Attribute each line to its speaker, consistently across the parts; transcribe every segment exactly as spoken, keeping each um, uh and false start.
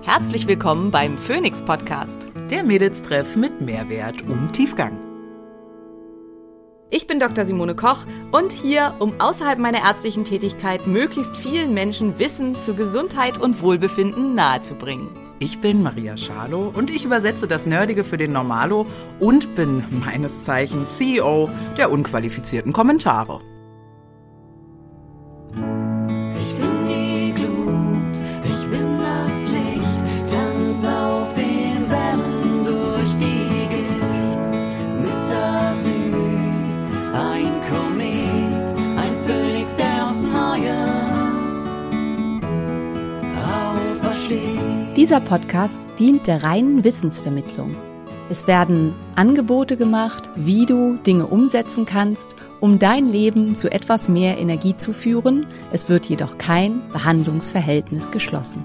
Speaker 1: Herzlich willkommen beim Phoenix Podcast.
Speaker 2: Der Mädels-Treff mit Mehrwert und Tiefgang.
Speaker 1: Ich bin Doktor Simone Koch und hier, um außerhalb meiner ärztlichen Tätigkeit möglichst vielen Menschen Wissen zu Gesundheit und Wohlbefinden nahezubringen.
Speaker 2: Ich bin Maria Schalow und ich übersetze das Nerdige für den Normalo und bin meines Zeichens C E O der unqualifizierten Kommentare.
Speaker 3: Ich bin die Glut, ich bin das Licht, tanz auf den Wellen durch die Gift. Mütter süß, ein Komet, ein Phönix, der aufs Neue aufersteht.
Speaker 4: Dieser Podcast dient der reinen Wissensvermittlung. Es werden Angebote gemacht, wie du Dinge umsetzen kannst, um dein Leben zu etwas mehr Energie zu führen. Es wird jedoch kein Behandlungsverhältnis geschlossen.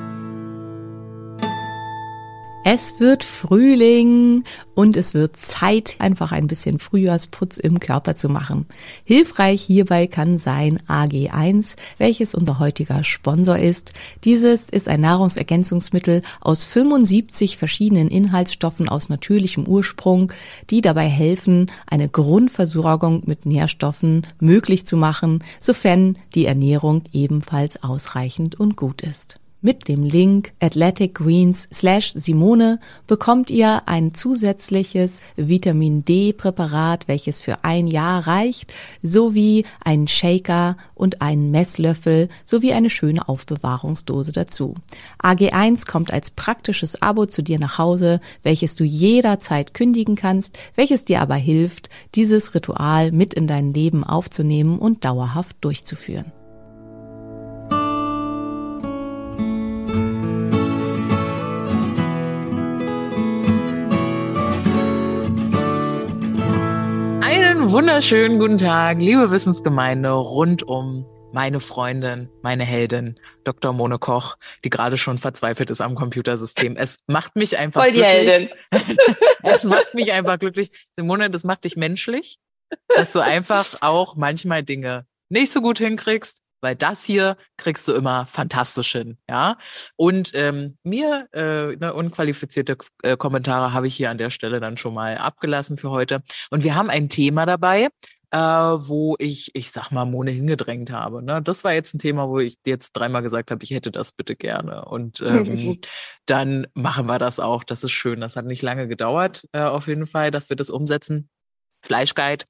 Speaker 4: Es wird Frühling und es wird Zeit, einfach ein bisschen Frühjahrsputz im Körper zu machen. Hilfreich hierbei kann sein A G eins, welches unser heutiger Sponsor ist. Dieses ist ein Nahrungsergänzungsmittel aus fünfundsiebzig verschiedenen Inhaltsstoffen aus natürlichem Ursprung, die dabei helfen, eine Grundversorgung mit Nährstoffen möglich zu machen, sofern die Ernährung ebenfalls ausreichend und gut ist. Mit dem Link athleticgreens slash Simone bekommt ihr ein zusätzliches Vitamin D-Präparat, welches für ein Jahr reicht, sowie einen Shaker und einen Messlöffel sowie eine schöne Aufbewahrungsdose dazu. A G eins kommt als praktisches Abo zu dir nach Hause, welches du jederzeit kündigen kannst, welches dir aber hilft, dieses Ritual mit in dein Leben aufzunehmen und dauerhaft durchzuführen.
Speaker 2: Wunderschönen guten Tag, liebe Wissensgemeinde rund um meine Freundin, meine Heldin, Doktor Mone Koch, die gerade schon verzweifelt ist am Computersystem. Es macht mich einfach
Speaker 5: Voll die
Speaker 2: glücklich.
Speaker 5: Heldin.
Speaker 2: Es macht mich einfach glücklich. Simone, das macht dich menschlich, dass du einfach auch manchmal Dinge nicht so gut hinkriegst, weil das hier kriegst du immer fantastisch hin, ja. Und ähm, mir äh, ne, unqualifizierte äh, Kommentare habe ich hier an der Stelle dann schon mal abgelassen für heute. Und wir haben ein Thema dabei, äh, wo ich, ich sag mal, Mone hingedrängt habe. Ne? Das war jetzt ein Thema, wo ich jetzt dreimal gesagt habe, ich hätte das bitte gerne. Und ähm, dann machen wir das auch. Das ist schön. Das hat nicht lange gedauert, äh, auf jeden Fall, dass wir das umsetzen. Fleischguide,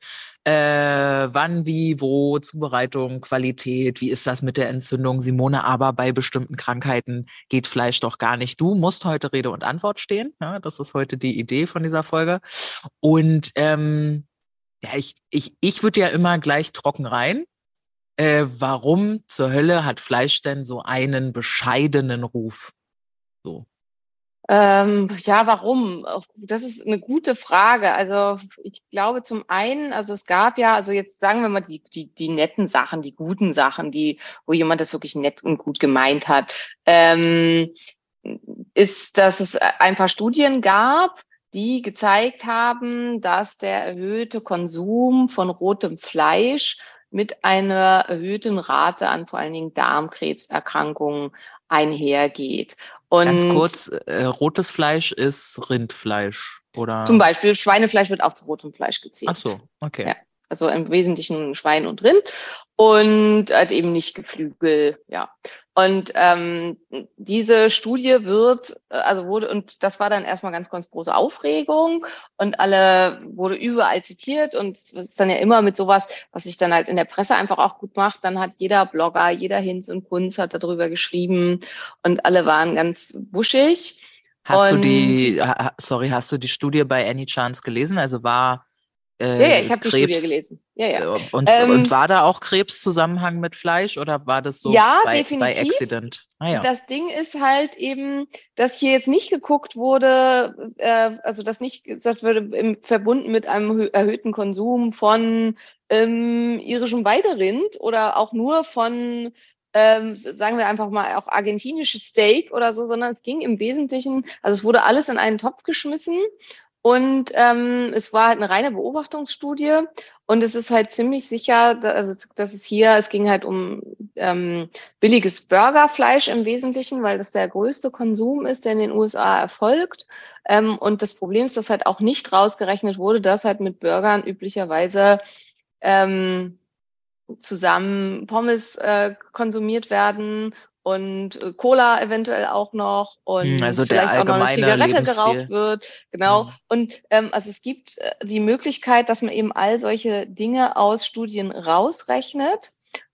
Speaker 2: äh, wann, wie, wo, Zubereitung, Qualität, wie ist das mit der Entzündung? Simone, aber bei bestimmten Krankheiten geht Fleisch doch gar nicht. Du musst heute Rede und Antwort stehen. Ja, das ist heute die Idee von dieser Folge. Und ähm, ja, ich, ich, ich würde ja immer gleich trocken rein. Äh, warum zur Hölle hat Fleisch denn so einen bescheidenen Ruf? So.
Speaker 5: Ähm, ja, warum? Das ist eine gute Frage. Also ich glaube zum einen, also es gab ja, also jetzt sagen wir mal die die die netten Sachen, die guten Sachen, die wo jemand das wirklich nett und gut gemeint hat, ähm, ist, dass es ein paar Studien gab, die gezeigt haben, dass der erhöhte Konsum von rotem Fleisch mit einer erhöhten Rate an vor allen Dingen Darmkrebserkrankungen einhergeht. Und
Speaker 2: Ganz kurz, äh, rotes Fleisch ist Rindfleisch, oder?
Speaker 5: Zum Beispiel Schweinefleisch wird auch zu rotem Fleisch gezählt.
Speaker 2: Ach so, okay.
Speaker 5: Ja, also im Wesentlichen Schwein und Rind und halt eben nicht Geflügel, ja. Und ähm, diese Studie wird, also wurde, und das war dann erstmal ganz, ganz große Aufregung und alle wurde überall zitiert und es ist dann ja immer mit sowas, was sich dann halt in der Presse einfach auch gut macht, dann hat jeder Blogger, jeder Hinz und Kunz hat darüber geschrieben und alle waren ganz buschig.
Speaker 2: Hast
Speaker 5: und
Speaker 2: du die, ha, sorry, hast du die Studie bei Any Chance gelesen? Also war äh,
Speaker 5: Ja, ja, ich habe die
Speaker 2: Krebs,
Speaker 5: Studie gelesen. Ja, ja.
Speaker 2: Und,
Speaker 5: Ähm,
Speaker 2: und war da auch Krebszusammenhang mit Fleisch oder war das so
Speaker 5: Ja,
Speaker 2: bei,
Speaker 5: definitiv.
Speaker 2: bei Accident? Ah, ja.
Speaker 5: Das Ding ist halt eben, dass hier jetzt nicht geguckt wurde, äh, also dass nicht gesagt wurde, im, verbunden mit einem hö- erhöhten Konsum von ähm, irischem Weiderind oder auch nur von, ähm, sagen wir einfach mal, auch argentinisches Steak oder so, sondern es ging im Wesentlichen, also es wurde alles in einen Topf geschmissen. Und ähm, es war halt eine reine Beobachtungsstudie Und es ist halt ziemlich sicher, da- also dass es hier, es ging halt um ähm, billiges Burgerfleisch im Wesentlichen, weil das der größte Konsum ist, der in den U S A erfolgt. Ähm, und das Problem ist, dass halt auch nicht rausgerechnet wurde, dass halt mit Burgern üblicherweise ähm, zusammen Pommes äh, konsumiert werden und äh, Cola eventuell auch noch
Speaker 2: Hm,
Speaker 5: und
Speaker 2: Also der
Speaker 5: vielleicht auch noch eine
Speaker 2: allgemeine
Speaker 5: Zigarette geraucht
Speaker 2: Lebensstil.
Speaker 5: wird. Genau.
Speaker 2: Hm.
Speaker 5: Und ähm, also es gibt äh, die Möglichkeit, dass man eben all solche Dinge aus Studien rausrechnet.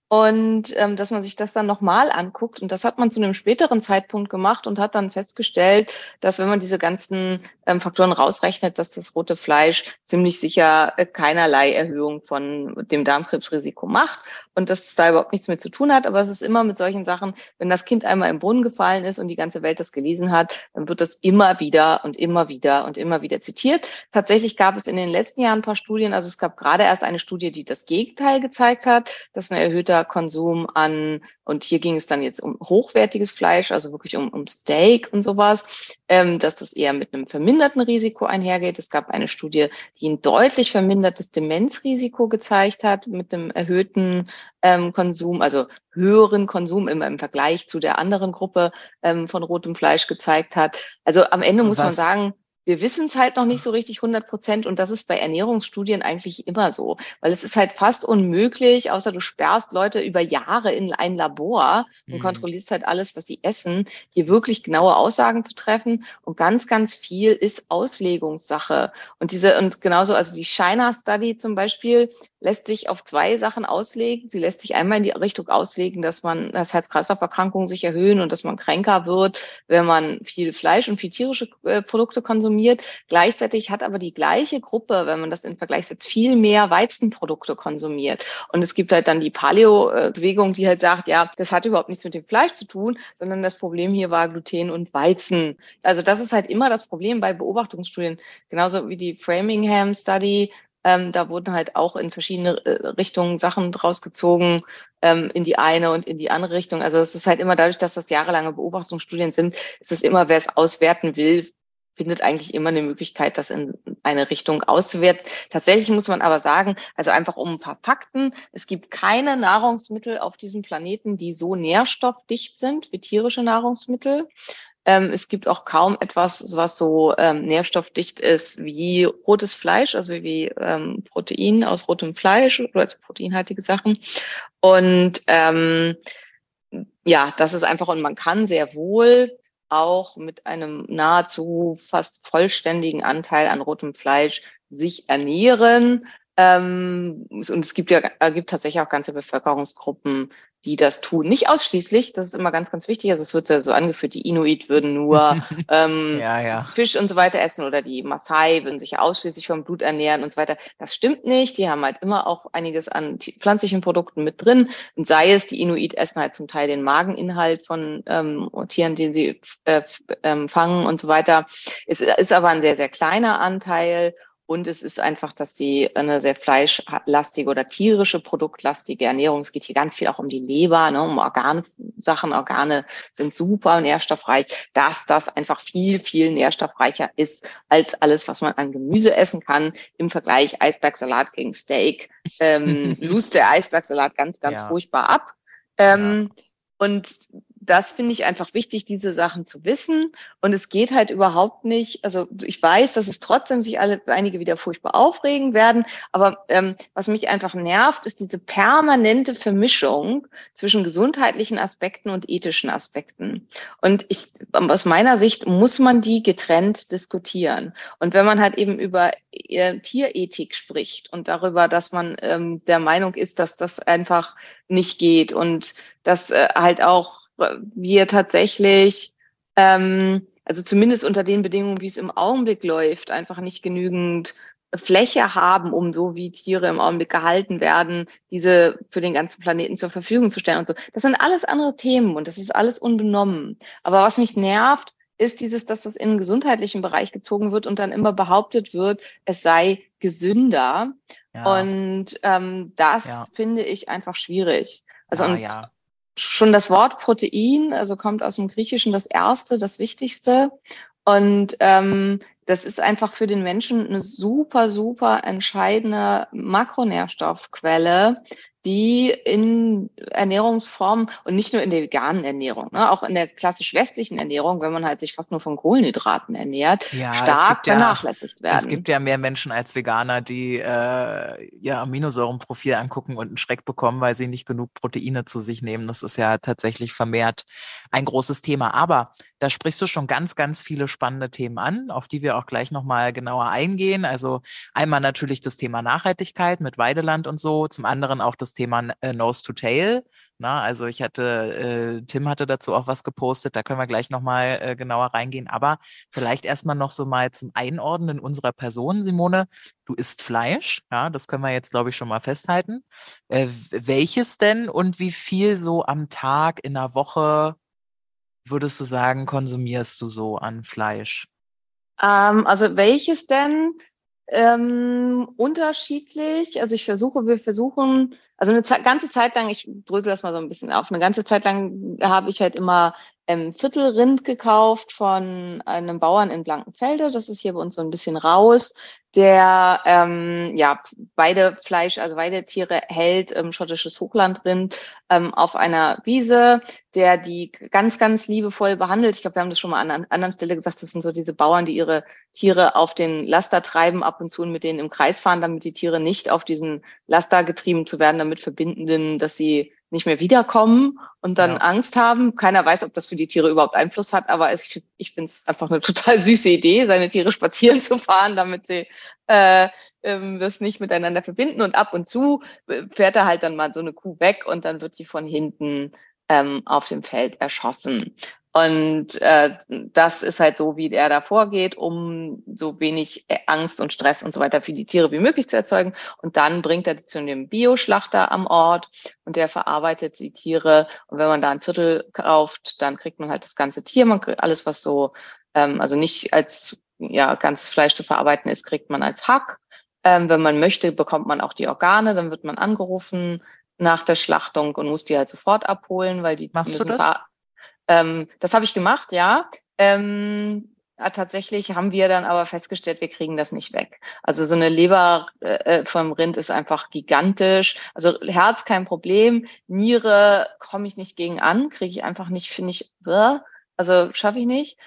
Speaker 5: Und ähm, dass man sich das dann nochmal anguckt. Und das hat man zu einem späteren Zeitpunkt gemacht und hat dann festgestellt, dass wenn man diese ganzen ähm, Faktoren rausrechnet, dass das rote Fleisch ziemlich sicher äh, keinerlei Erhöhung von dem Darmkrebsrisiko macht und dass es da überhaupt nichts mit zu tun hat. Aber es ist immer mit solchen Sachen, wenn das Kind einmal im Brunnen gefallen ist und die ganze Welt das gelesen hat, dann wird das immer wieder und immer wieder und immer wieder zitiert. Tatsächlich gab es in den letzten Jahren ein paar Studien, also es gab gerade erst eine Studie, die das Gegenteil gezeigt hat, dass ein erhöhter Konsum an, und hier ging es dann jetzt um hochwertiges Fleisch, also wirklich um, um Steak und sowas, ähm, dass das eher mit einem verminderten Risiko einhergeht. Es gab eine Studie, die ein deutlich vermindertes Demenzrisiko gezeigt hat mit einem erhöhten ähm, Konsum, also höheren Konsum im, im Vergleich zu der anderen Gruppe ähm, von rotem Fleisch gezeigt hat. Also am Ende muss man
Speaker 2: Was?
Speaker 5: sagen, wir wissen es halt noch nicht so richtig hundert Prozent und das ist bei Ernährungsstudien eigentlich immer so, weil es ist halt fast unmöglich, außer du sperrst Leute über Jahre in ein Labor und
Speaker 2: Hm.
Speaker 5: kontrollierst halt alles, was sie essen, hier wirklich genaue Aussagen zu treffen und ganz, ganz viel ist Auslegungssache und diese und genauso, also die China Study zum Beispiel lässt sich auf zwei Sachen auslegen. Sie lässt sich einmal in die Richtung auslegen, dass man, dass Herz-Kreislauf-Erkrankungen sich erhöhen und dass man kränker wird, wenn man viel Fleisch und viel tierische äh, Produkte konsumiert. Gleichzeitig hat aber die gleiche Gruppe, wenn man das in Vergleich setzt, viel mehr Weizenprodukte konsumiert. Und es gibt halt dann die Paleo-Bewegung, die halt sagt, ja, das hat überhaupt nichts mit dem Fleisch zu tun, sondern das Problem hier war Gluten und Weizen. Also das ist halt immer das Problem bei Beobachtungsstudien. Genauso wie die Framingham Study. Ähm, da wurden halt auch in verschiedene äh, Richtungen Sachen draus gezogen, ähm, in die eine und in die andere Richtung. Also es ist halt immer dadurch, dass das jahrelange Beobachtungsstudien sind, ist es immer, wer es auswerten will, findet eigentlich immer eine Möglichkeit, das in eine Richtung auszuwerten. Tatsächlich muss man aber sagen, also einfach um ein paar Fakten, es gibt keine Nahrungsmittel auf diesem Planeten, die so nährstoffdicht sind wie tierische Nahrungsmittel. Ähm, es gibt auch kaum etwas, was so ähm, nährstoffdicht ist wie rotes Fleisch, also wie ähm, Protein aus rotem Fleisch oder also proteinhaltige Sachen. Und ähm, ja, das ist einfach, und man kann sehr wohl auch mit einem nahezu fast vollständigen Anteil an rotem Fleisch sich ernähren. Ähm, und es gibt ja äh, gibt tatsächlich auch ganze Bevölkerungsgruppen, die das tun. Nicht ausschließlich, das ist immer ganz, ganz wichtig. Also es wird ja so angeführt, die Inuit würden nur ähm,
Speaker 2: Ja, ja.
Speaker 5: Fisch und so weiter essen oder die Maasai würden sich ausschließlich vom Blut ernähren und so weiter. Das stimmt nicht. Die haben halt immer auch einiges an pflanzlichen Produkten mit drin. Und sei es, die Inuit essen halt zum Teil den Mageninhalt von ähm, Tieren, den sie äh, ähm, fangen und so weiter. Es ist aber ein sehr, sehr kleiner Anteil. Und es ist einfach, dass die eine sehr fleischlastige oder tierische produktlastige Ernährung, es geht hier ganz viel auch um die Leber, ne, um Organsachen. Organe sind super nährstoffreich, dass das einfach viel, viel nährstoffreicher ist als alles, was man an Gemüse essen kann. Im Vergleich Eisbergsalat gegen Steak ähm, lust der Eisbergsalat ganz, ganz
Speaker 2: Ja.
Speaker 5: furchtbar ab. Ähm, ja. Und das finde ich einfach wichtig, diese Sachen zu wissen. Und es geht halt überhaupt nicht, also ich weiß, dass es trotzdem sich alle, einige wieder furchtbar aufregen werden. Aber ähm, was mich einfach nervt, ist diese permanente Vermischung zwischen gesundheitlichen Aspekten und ethischen Aspekten. Und ich, aus meiner Sicht muss man die getrennt diskutieren. Und wenn man halt eben über äh, Tierethik spricht und darüber, dass man ähm, der Meinung ist, dass das einfach nicht geht und dass äh, halt auch wir tatsächlich, ähm, also zumindest unter den Bedingungen, wie es im Augenblick läuft, einfach nicht genügend Fläche haben, um so wie Tiere im Augenblick gehalten werden, diese für den ganzen Planeten zur Verfügung zu stellen und so. Das sind alles andere Themen und das ist alles unbenommen. Aber was mich nervt, ist dieses, dass das in den gesundheitlichen Bereich gezogen wird und dann immer behauptet wird, es sei gesünder. Ja. Und ähm, das ja. finde ich einfach schwierig. Also
Speaker 2: ja,
Speaker 5: und
Speaker 2: ja.
Speaker 5: schon das Wort Protein, also kommt aus dem Griechischen das Erste, das Wichtigste. Und ähm, das ist einfach für den Menschen eine super, super entscheidende Makronährstoffquelle, die in Ernährungsformen und nicht nur in der veganen Ernährung, ne, auch in der klassisch westlichen Ernährung, wenn man halt sich fast nur von Kohlenhydraten ernährt,
Speaker 2: Ja, es
Speaker 5: stark
Speaker 2: gibt ja,
Speaker 5: vernachlässigt werden.
Speaker 2: es gibt ja mehr Menschen als Veganer, die äh, ihr Aminosäurenprofil angucken und einen Schreck bekommen, weil sie nicht genug Proteine zu sich nehmen. Das ist ja tatsächlich vermehrt ein großes Thema. Aber da sprichst du schon ganz, ganz viele spannende Themen an, auf die wir auch gleich nochmal genauer eingehen. Also einmal natürlich das Thema Nachhaltigkeit mit Weideland und so, zum anderen auch das Thema äh, Nose to Tail. Na, also ich hatte, äh, Tim hatte dazu auch was gepostet, da können wir gleich nochmal äh, genauer reingehen. Aber vielleicht erstmal noch so mal zum Einordnen unserer Person, Simone. Du isst Fleisch, ja, das können wir jetzt, glaube ich, schon mal festhalten. Äh, welches denn und wie viel so am Tag, in der Woche, würdest du sagen, konsumierst du so an Fleisch?
Speaker 5: Ähm, also welches denn? Ähm, unterschiedlich. Also ich versuche, wir versuchen, also eine Ze- ganze Zeit lang, ich drösel das mal so ein bisschen auf, eine ganze Zeit lang habe ich halt immer ähm, Viertelrind gekauft von einem Bauern in Blankenfelde. Das ist hier bei uns so ein bisschen raus, der ähm, ja Weidefleisch, also Weidetiere hält, ähm, schottisches Hochlandrind ähm, auf einer Wiese, der die ganz, ganz liebevoll behandelt. Ich glaube, wir haben das schon mal an einer anderen Stelle gesagt, das sind so diese Bauern, die ihre Tiere auf den Laster treiben, ab und zu und mit denen im Kreis fahren, damit die Tiere nicht auf diesen Laster getrieben zu werden, damit verbinden, dass sie nicht mehr wiederkommen und dann
Speaker 2: Ja.
Speaker 5: Angst haben. Keiner weiß, ob das für die Tiere überhaupt Einfluss hat, aber ich, ich finde es einfach eine total süße Idee, seine Tiere spazieren zu fahren, damit sie äh, ähm, das nicht miteinander verbinden. Und ab und zu fährt er halt dann mal so eine Kuh weg und dann wird die von hinten ähm, auf dem Feld erschossen. Und äh, das ist halt so, wie er da vorgeht, um so wenig Angst und Stress und so weiter für die Tiere wie möglich zu erzeugen. Und dann bringt er die zu einem Bioschlachter am Ort und der verarbeitet die Tiere. Und wenn man da ein Viertel kauft, dann kriegt man halt das ganze Tier. Man kriegt alles, was so, ähm, also nicht als ja ganzes Fleisch zu verarbeiten ist, kriegt man als Hack. Ähm, wenn man möchte, bekommt man auch die Organe. Dann wird man angerufen nach der Schlachtung und muss die halt sofort abholen, weil die
Speaker 2: Machst du
Speaker 5: müssen
Speaker 2: das?
Speaker 5: ver- ähm, das habe ich gemacht, ja. Ähm, ja, tatsächlich haben wir dann aber festgestellt, wir kriegen das nicht weg. Also so eine Leber äh, vom Rind ist einfach gigantisch. Also Herz kein Problem, Niere komme ich nicht gegen an, kriege ich einfach nicht, finde ich, bäh. Also schaffe ich nicht.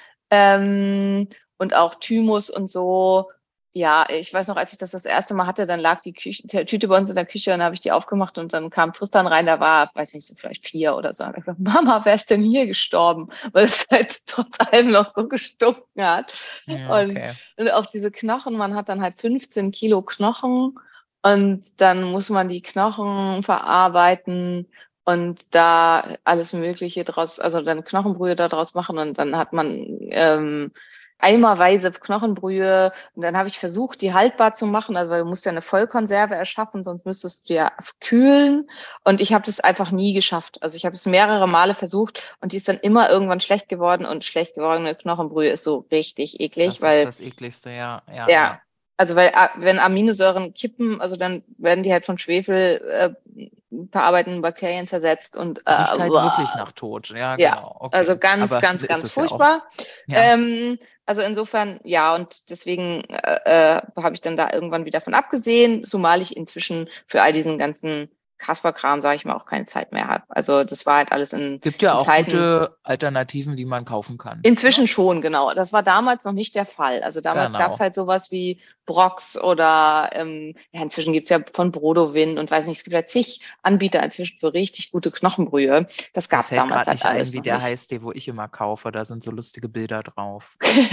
Speaker 5: Ähm, und auch Thymus und so. Ja, ich weiß noch, als ich das das erste Mal hatte, dann lag die Küche, die Tüte bei uns in der Küche und dann habe ich die aufgemacht und dann kam Tristan rein, der war, weiß nicht, so vielleicht vier oder so. Und ich dachte, Mama, wer ist denn hier gestorben? Weil es halt trotz allem noch so gestunken hat.
Speaker 2: Ja,
Speaker 5: Und,
Speaker 2: okay.
Speaker 5: und auch diese Knochen, man hat dann halt fünfzehn Kilo Knochen und dann muss man die Knochen verarbeiten und da alles Mögliche draus, also dann Knochenbrühe da draus machen und dann hat man ähm, eimerweise Knochenbrühe und dann habe ich versucht, die haltbar zu machen, also weil du musst ja eine Vollkonserve erschaffen, sonst müsstest du ja kühlen und ich habe das einfach nie geschafft. Also ich habe es mehrere Male versucht und die ist dann immer irgendwann schlecht geworden und schlecht gewordene Knochenbrühe ist so richtig eklig,
Speaker 2: Das
Speaker 5: weil
Speaker 2: ist das ekligste, ja, ja,
Speaker 5: ja,
Speaker 2: ja.
Speaker 5: also weil a- wenn Aminosäuren kippen, also dann werden die halt von Schwefel äh, verarbeitenden Bakterien zersetzt und äh,
Speaker 2: Riecht halt
Speaker 5: uah.
Speaker 2: wirklich nach Tod. Ja,
Speaker 5: Ja,
Speaker 2: genau. Okay.
Speaker 5: also ganz,
Speaker 2: Aber
Speaker 5: ganz,
Speaker 2: ist
Speaker 5: ganz
Speaker 2: es ja auch.
Speaker 5: furchtbar.
Speaker 2: Ja.
Speaker 5: Ähm, also insofern, ja, und deswegen äh, äh, habe ich dann da irgendwann wieder von abgesehen, zumal ich inzwischen für all diesen ganzen Kasperkram, sage ich mal, auch keine Zeit mehr habe. Also das war halt alles in,
Speaker 2: Gibt ja
Speaker 5: in
Speaker 2: auch
Speaker 5: Zeiten.
Speaker 2: gute Alternativen, die man kaufen kann.
Speaker 5: Inzwischen
Speaker 2: Ja?
Speaker 5: schon, genau. Das war damals noch nicht der Fall. Also damals
Speaker 2: Genau.
Speaker 5: gab es halt sowas wie Brox oder ähm, ja, inzwischen gibt's ja von Brodowin und weiß nicht, es gibt ja zig Anbieter inzwischen für richtig gute Knochenbrühe. Das
Speaker 2: Mir
Speaker 5: gab's
Speaker 2: fällt
Speaker 5: damals
Speaker 2: gerade
Speaker 5: halt
Speaker 2: nicht ein,
Speaker 5: alles
Speaker 2: wie
Speaker 5: noch
Speaker 2: der
Speaker 5: nicht.
Speaker 2: heißt, der, wo ich immer kaufe. Da sind so lustige Bilder drauf.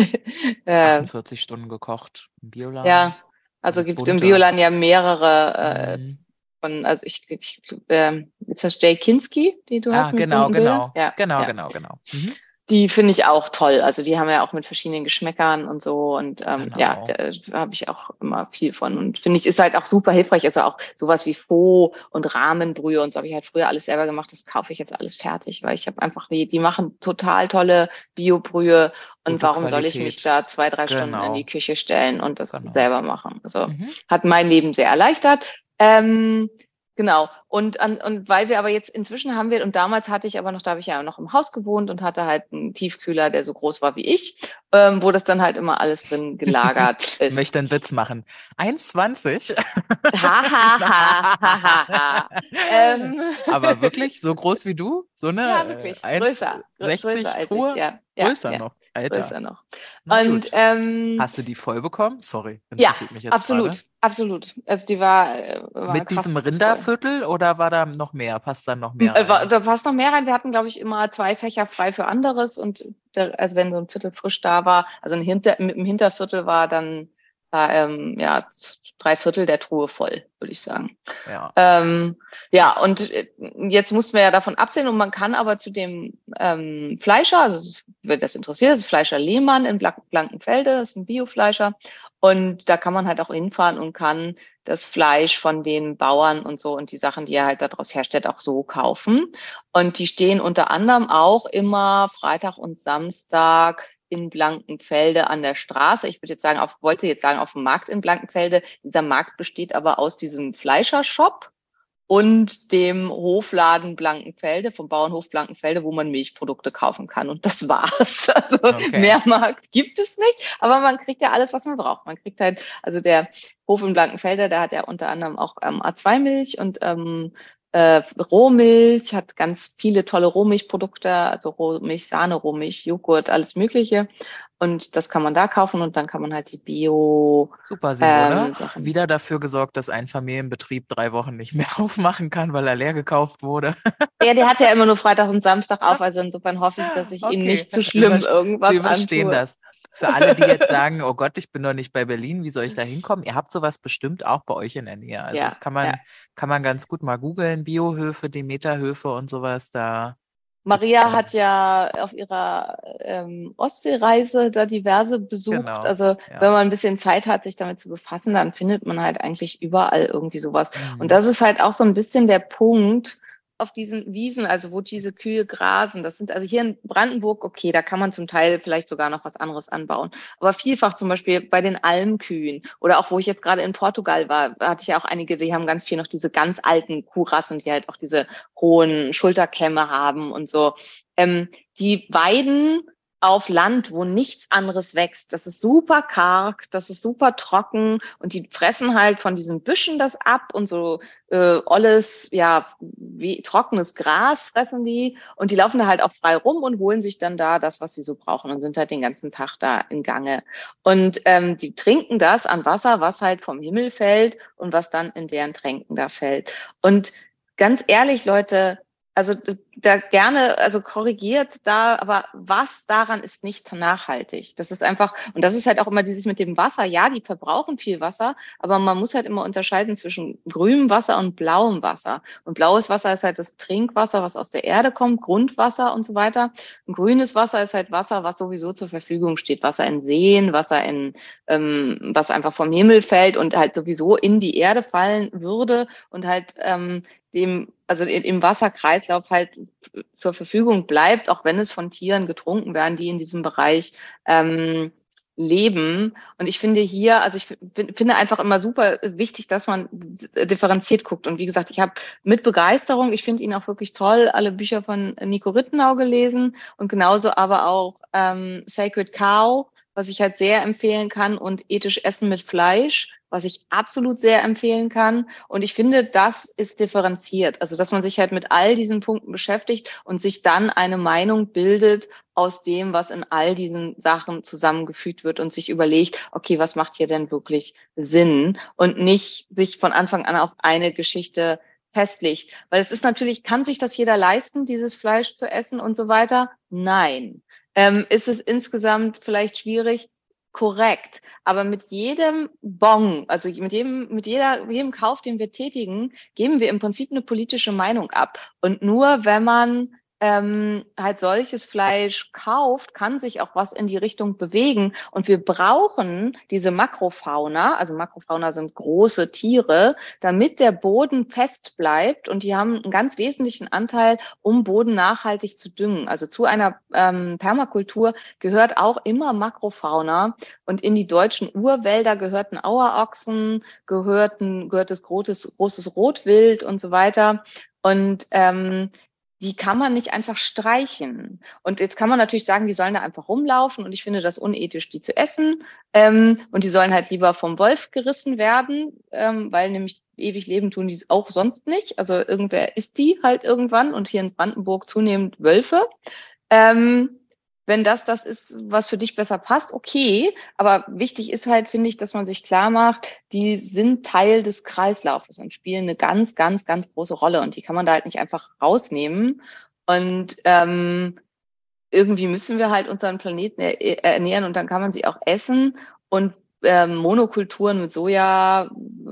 Speaker 5: äh,
Speaker 2: achtundvierzig Stunden gekocht. Im Bioladen.
Speaker 5: ja, also
Speaker 2: Dieses
Speaker 5: gibt im
Speaker 2: bunte.
Speaker 5: Biolan ja mehrere äh,
Speaker 2: Mhm.
Speaker 5: von, also ich, ich ähm, ist das Jay Kinski, die du
Speaker 2: Ah,
Speaker 5: hast mit
Speaker 2: genau,
Speaker 5: bunten Bildern?
Speaker 2: genau.
Speaker 5: Ja,
Speaker 2: Genau,
Speaker 5: ja.
Speaker 2: genau, genau. Mhm.
Speaker 5: Die finde ich auch toll. Also die haben ja auch mit verschiedenen Geschmäckern und so. Und ähm,
Speaker 2: Genau.
Speaker 5: ja, da habe ich auch immer viel von. Und finde ich, ist halt auch super hilfreich. Also auch sowas wie Faux und Rahmenbrühe und so habe ich halt früher alles selber gemacht. Das kaufe ich jetzt alles fertig, weil ich habe einfach die, die machen total tolle Biobrühe. Und
Speaker 2: Gute
Speaker 5: warum soll ich mich
Speaker 2: Qualität.
Speaker 5: da zwei, drei Stunden in
Speaker 2: Genau.
Speaker 5: die Küche stellen und das
Speaker 2: Genau.
Speaker 5: selber machen? Also
Speaker 2: Mhm.
Speaker 5: hat mein Leben sehr erleichtert. Ähm, Genau. Und, an, und weil wir aber jetzt inzwischen haben wir, und damals hatte ich aber noch, da habe ich ja noch im Haus gewohnt und hatte halt einen Tiefkühler, der so groß war wie ich, ähm, wo das dann halt immer alles drin gelagert
Speaker 2: Ich
Speaker 5: ist.
Speaker 2: möchte einen Witz machen. eins zwanzig.
Speaker 5: Ha, ha, ha, ha, ha, ha. Ähm,
Speaker 2: Aber wirklich so groß wie du? So
Speaker 5: ja,
Speaker 2: eine
Speaker 5: wirklich.
Speaker 2: äh,
Speaker 5: Größer. Grö- größer als ich,
Speaker 2: eins sechzig Truhe?
Speaker 5: ja. Ja,
Speaker 2: Größer
Speaker 5: ja.
Speaker 2: noch, Alter.
Speaker 5: Größer noch.
Speaker 2: Na
Speaker 5: Und
Speaker 2: gut.
Speaker 5: ähm,
Speaker 2: Hast du die voll bekommen? Sorry,
Speaker 5: ja,
Speaker 2: interessiert mich jetzt gerade.
Speaker 5: absolut. Absolut. Also die war, äh, war
Speaker 2: Mit diesem
Speaker 5: krass voll.
Speaker 2: Rinderviertel oder war da noch mehr? Passt da noch
Speaker 5: M-
Speaker 2: mehr
Speaker 5: äh, war-
Speaker 2: rein?
Speaker 5: Da passt noch mehr rein. Wir hatten, glaube ich, immer zwei Fächer frei für anderes und der, also wenn so ein Viertel frisch da war, also ein Hinter, mit dem Hinterviertel war dann war, ähm, ja z- drei Viertel der Truhe voll, würde ich sagen.
Speaker 2: Ja.
Speaker 5: Ähm, ja, und äh, jetzt mussten wir ja davon absehen und man kann aber zu dem ähm, Fleischer, also es- wer das interessiert, das ist Fleischer Lehmann in Blank Blankenfelde, das ist ein Biofleischer und da kann man halt auch hinfahren und kann das Fleisch von den Bauern und so und die Sachen, die er halt daraus herstellt, auch so kaufen. Und die stehen unter anderem auch immer Freitag und Samstag in Blankenfelde an der Straße. Ich würde jetzt sagen, auf, wollte jetzt sagen, auf dem Markt in Blankenfelde. Dieser Markt besteht aber aus diesem Fleischershop und dem Hofladen Blankenfelde, vom Bauernhof Blankenfelde, wo man Milchprodukte kaufen kann. Und das war's. Also
Speaker 2: Okay.
Speaker 5: mehr Markt gibt es nicht, aber man kriegt ja alles, was man braucht. Man kriegt halt, also der Hof in Blankenfelde, der hat ja unter anderem auch ähm, A zwei Milch und ähm, äh, Rohmilch, hat ganz viele tolle Rohmilchprodukte, also Rohmilch, Sahne, Rohmilch, Joghurt, alles Mögliche. Und das kann man da kaufen und dann kann man halt die Bio
Speaker 2: Super, Simone.
Speaker 5: ähm, Sachen.
Speaker 2: Wieder dafür gesorgt, dass ein Familienbetrieb drei Wochen nicht mehr aufmachen kann, weil er leer gekauft wurde.
Speaker 5: Ja, der hat ja immer nur Freitag und Samstag auf, also insofern hoffe ich, dass ich ihm
Speaker 2: Okay,
Speaker 5: nicht zu
Speaker 2: Sie
Speaker 5: schlimm
Speaker 2: überst-
Speaker 5: irgendwas
Speaker 2: Sie überstehen
Speaker 5: antue.
Speaker 2: das. Für alle, die jetzt sagen, oh Gott, ich bin doch nicht bei Berlin, wie soll ich da hinkommen? Ihr habt sowas bestimmt auch bei euch in der Nähe. Also
Speaker 5: Ja,
Speaker 2: das kann man,
Speaker 5: ja.
Speaker 2: kann man ganz gut mal googeln, Biohöfe, Demeterhöfe und sowas. Da
Speaker 5: Maria
Speaker 2: gibt's,
Speaker 5: hat ja auf ihrer ähm, Ostseereise da diverse besucht.
Speaker 2: Genau,
Speaker 5: Also
Speaker 2: ja.
Speaker 5: wenn man ein bisschen Zeit hat, sich damit zu befassen, dann findet man halt eigentlich überall irgendwie sowas.
Speaker 2: Mhm.
Speaker 5: Und das ist halt auch so ein bisschen der Punkt auf diesen Wiesen, also wo diese Kühe grasen. Das sind also hier in Brandenburg, okay, da kann man zum Teil vielleicht sogar noch was anderes anbauen. Aber vielfach zum Beispiel bei den Almkühen oder auch wo ich jetzt gerade in Portugal war, hatte ich ja auch einige, die haben ganz viel noch diese ganz alten Kuhrassen, die halt auch diese hohen Schulterkämme haben und so. Ähm, die weiden auf Land, wo nichts anderes wächst. Das ist super karg, das ist super trocken und die fressen halt von diesen Büschen das ab und so äh, olles, ja, wie trockenes Gras fressen die und die laufen da halt auch frei rum und holen sich dann da das, was sie so brauchen und sind halt den ganzen Tag da in Gange. Und ähm, die trinken das an Wasser, was halt vom Himmel fällt und was dann in deren Tränken da fällt. Und ganz ehrlich, Leute, also da gerne, also korrigiert da, aber was daran ist nicht nachhaltig? Das ist einfach, und das ist halt auch immer dieses mit dem Wasser. Ja, die verbrauchen viel Wasser, aber man muss halt immer unterscheiden zwischen grünem Wasser und blauem Wasser. Und blaues Wasser ist halt das Trinkwasser, was aus der Erde kommt, Grundwasser und so weiter. Und grünes Wasser ist halt Wasser, was sowieso zur Verfügung steht. Wasser in Seen, Wasser in, ähm, was einfach vom Himmel fällt und halt sowieso in die Erde fallen würde und halt ähm, dem, also im Wasserkreislauf halt zur Verfügung bleibt, auch wenn es von Tieren getrunken werden, die in diesem Bereich ähm, leben. Und ich finde hier, also ich finde einfach immer super wichtig, dass man differenziert guckt. Und wie gesagt, ich habe mit Begeisterung, ich finde ihn auch wirklich toll, alle Bücher von Nico Rittenau gelesen und genauso aber auch ähm, Sacred Cow, was ich halt sehr empfehlen kann, und Ethisch Essen mit Fleisch, was ich absolut sehr empfehlen kann. Und ich finde, das ist differenziert. Also, dass man sich halt mit all diesen Punkten beschäftigt und sich dann eine Meinung bildet aus dem, was in all diesen Sachen zusammengefügt wird und sich überlegt, okay, was macht hier denn wirklich Sinn? Und nicht sich von Anfang an auf eine Geschichte festlegt. Weil es ist natürlich, kann sich das jeder leisten, dieses Fleisch zu essen und so weiter? Nein. Ähm, ist es insgesamt vielleicht schwierig? Korrekt. Aber mit jedem Bon, also mit jedem, mit jeder, mit jedem Kauf, den wir tätigen, geben wir im Prinzip eine politische Meinung ab. Und nur wenn man ähm, halt solches Fleisch kauft, kann sich auch was in die Richtung bewegen. Und wir brauchen diese Makrofauna, also Makrofauna sind große Tiere, damit der Boden fest bleibt. Und die haben einen ganz wesentlichen Anteil, um Boden nachhaltig zu düngen. Also zu einer ähm, Permakultur gehört auch immer Makrofauna. Und in die deutschen Urwälder gehörten Auerochsen, gehörten, gehört das großes, großes Rotwild und so weiter. Und ähm, die kann man nicht einfach streichen. Und jetzt kann man natürlich sagen, die sollen da einfach rumlaufen und ich finde das unethisch, die zu essen. Ähm, und die sollen halt lieber vom Wolf gerissen werden, ähm, weil nämlich ewig leben tun die auch sonst nicht. Also irgendwer isst die halt irgendwann und hier in Brandenburg zunehmend Wölfe. Ähm, wenn das das ist, was für dich besser passt, okay. Aber wichtig ist halt, finde ich, dass man sich klar macht, die sind Teil des Kreislaufes und spielen eine ganz, ganz, ganz große Rolle. Und die kann man da halt nicht einfach rausnehmen. Und ähm, irgendwie müssen wir halt unseren Planeten er ernähren und dann kann man sie auch essen. Und ähm, Monokulturen mit Soja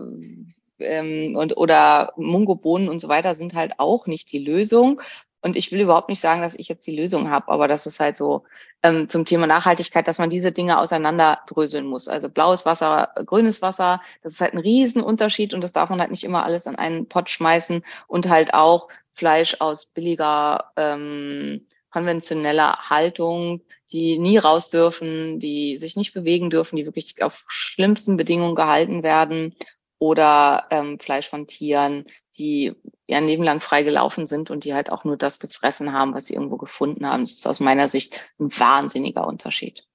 Speaker 5: ähm, und oder Mungobohnen und so weiter sind halt auch nicht die Lösung. Und ich will überhaupt nicht sagen, dass ich jetzt die Lösung habe, aber das ist halt so ähm, zum Thema Nachhaltigkeit, dass man diese Dinge auseinanderdröseln muss. Also blaues Wasser, grünes Wasser, das ist halt ein Riesenunterschied und das darf man halt nicht immer alles in einen Pott schmeißen und halt auch Fleisch aus billiger, ähm, konventioneller Haltung, die nie raus dürfen, die sich nicht bewegen dürfen, die wirklich auf schlimmsten Bedingungen gehalten werden oder ähm, Fleisch von Tieren, die ja ein Leben lang frei gelaufen sind und die halt auch nur das gefressen haben, was sie irgendwo gefunden haben. Das ist aus meiner Sicht ein wahnsinniger Unterschied.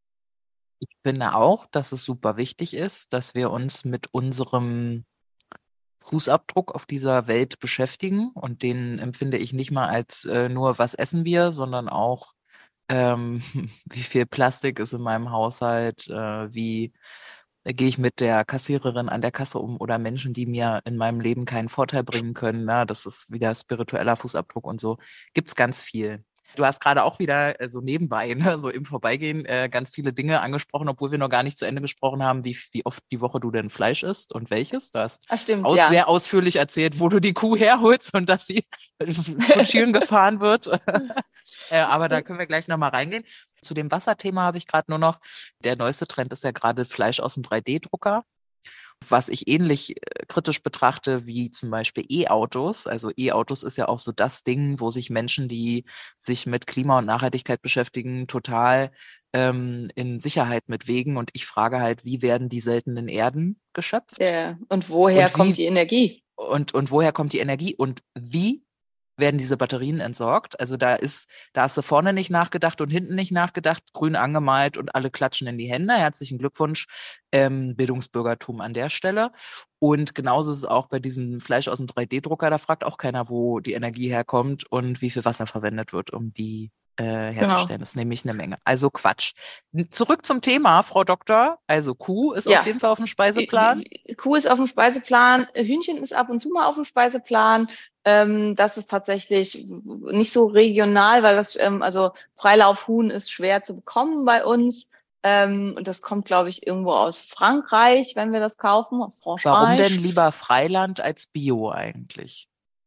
Speaker 2: Ich finde auch, dass es super wichtig ist, dass wir uns mit unserem Fußabdruck auf dieser Welt beschäftigen und den empfinde ich nicht mal als äh, nur, was essen wir, sondern auch, ähm, wie viel Plastik ist in meinem Haushalt, äh, wie gehe ich mit der Kassiererin an der Kasse um oder Menschen, die mir in meinem Leben keinen Vorteil bringen können. Ne? Das ist wieder spiritueller Fußabdruck und so. Gibt's ganz viel. Du hast gerade auch wieder äh, so nebenbei, ne, so im Vorbeigehen, äh, ganz viele Dinge angesprochen, obwohl wir noch gar nicht zu Ende gesprochen haben, wie, wie oft die Woche du denn Fleisch isst und welches. Du hast
Speaker 5: Ach, stimmt,
Speaker 2: aus,
Speaker 5: ja.
Speaker 2: sehr ausführlich erzählt, wo du die Kuh herholst und dass sie kutschieren gefahren wird. äh, aber da können wir gleich nochmal reingehen. Zu dem Wasserthema habe ich gerade nur noch, der neueste Trend ist ja gerade Fleisch aus dem drei D Drucker. Was ich ähnlich äh, kritisch betrachte wie zum Beispiel E-Autos. Also E-Autos ist ja auch so das Ding, wo sich Menschen, die sich mit Klima und Nachhaltigkeit beschäftigen, total ähm, in Sicherheit mitwägen. Und ich frage halt, wie werden die seltenen Erden geschöpft?
Speaker 5: Ja. Und woher
Speaker 2: Und wie,
Speaker 5: kommt die Energie?
Speaker 2: Und, und woher kommt die Energie? Und wie werden diese Batterien entsorgt? Also da ist, da hast du vorne nicht nachgedacht und hinten nicht nachgedacht, grün angemalt und alle klatschen in die Hände. Herzlichen Glückwunsch, ähm, Bildungsbürgertum an der Stelle. Und genauso ist es auch bei diesem Fleisch aus dem drei D Drucker, da fragt auch keiner, wo die Energie herkommt und wie viel Wasser verwendet wird, um die äh, herzustellen. Genau. Das ist nämlich eine Menge. Also Quatsch. Zurück zum Thema, Frau Doktor. Also Kuh ist ja auf jeden Fall auf dem Speiseplan.
Speaker 5: Kuh ist auf dem Speiseplan. Hühnchen ist ab und zu mal auf dem Speiseplan. Ähm, das ist tatsächlich nicht so regional, weil das, ähm, also Freilaufhuhn ist schwer zu bekommen bei uns. Ähm, und das kommt, glaube ich, irgendwo aus Frankreich, wenn wir das kaufen, aus Frankreich.
Speaker 2: Warum denn lieber Freiland als Bio eigentlich?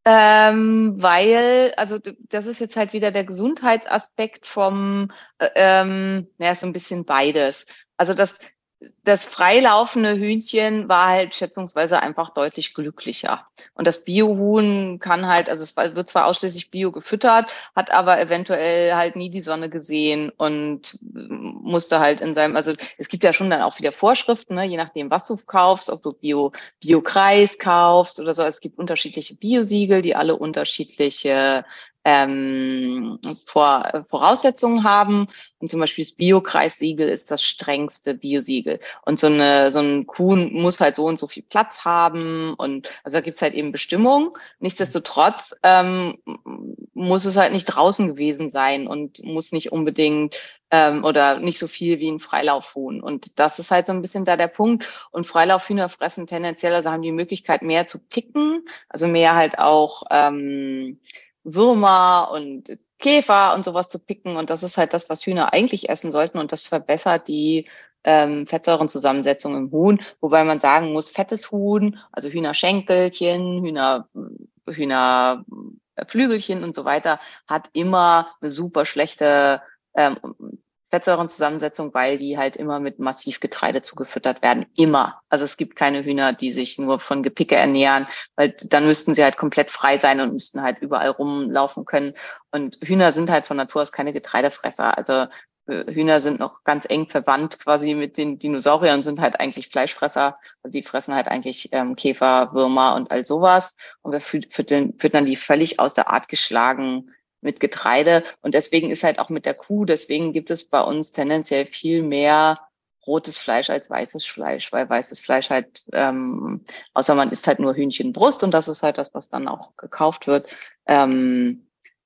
Speaker 5: Ähm, weil, also das ist jetzt halt wieder der Gesundheitsaspekt vom, äh, ähm, naja, so ein bisschen beides. Also das, das freilaufende Hühnchen war halt schätzungsweise einfach deutlich glücklicher. Und das Biohuhn kann halt, also es wird zwar ausschließlich Bio gefüttert, hat aber eventuell halt nie die Sonne gesehen und musste halt in seinem, also es gibt ja schon dann auch wieder Vorschriften, ne, je nachdem, was du kaufst, ob du Bio, Bio-Kreis kaufst oder so. Es gibt unterschiedliche Biosiegel, die alle unterschiedliche ähm, Vor, Voraussetzungen haben. Und zum Beispiel das Bio-Kreis-Siegel ist das strengste Biosiegel. Und so eine, so ein Kuh muss halt so und so viel Platz haben. Und also da gibt's halt eben Bestimmungen. Nichtsdestotrotz ähm, muss es halt nicht draußen gewesen sein und muss nicht unbedingt ähm, oder nicht so viel wie ein Freilaufhuhn. Und das ist halt so ein bisschen da der Punkt. Und Freilaufhühner fressen tendenziell, also haben die Möglichkeit, mehr zu picken, also mehr halt auch ähm, Würmer und Käfer und sowas zu picken. Und das ist halt das, was Hühner eigentlich essen sollten. Und das verbessert die ähm, Fettsäurenzusammensetzung im Huhn. Wobei man sagen muss, fettes Huhn, also Hühnerschenkelchen, Hühner, Hühner Flügelchen und so weiter, hat immer eine super schlechte ähm, Fettsäurenzusammensetzung, weil die halt immer mit massiv Getreide zugefüttert werden. Immer. Also es gibt keine Hühner, die sich nur von Gepicke ernähren, weil dann müssten sie halt komplett frei sein und müssten halt überall rumlaufen können. Und Hühner sind halt von Natur aus keine Getreidefresser. Also Hühner sind noch ganz eng verwandt quasi mit den Dinosauriern, sind halt eigentlich Fleischfresser. Also die fressen halt eigentlich ähm, Käfer, Würmer und all sowas. Und wir füttern, füttern die völlig aus der Art geschlagen mit Getreide. Und deswegen ist halt auch mit der Kuh, deswegen gibt es bei uns tendenziell viel mehr rotes Fleisch als weißes Fleisch, weil weißes Fleisch halt, ähm, außer man isst halt nur Hühnchenbrust und das ist halt das, was dann auch gekauft wird, ähm,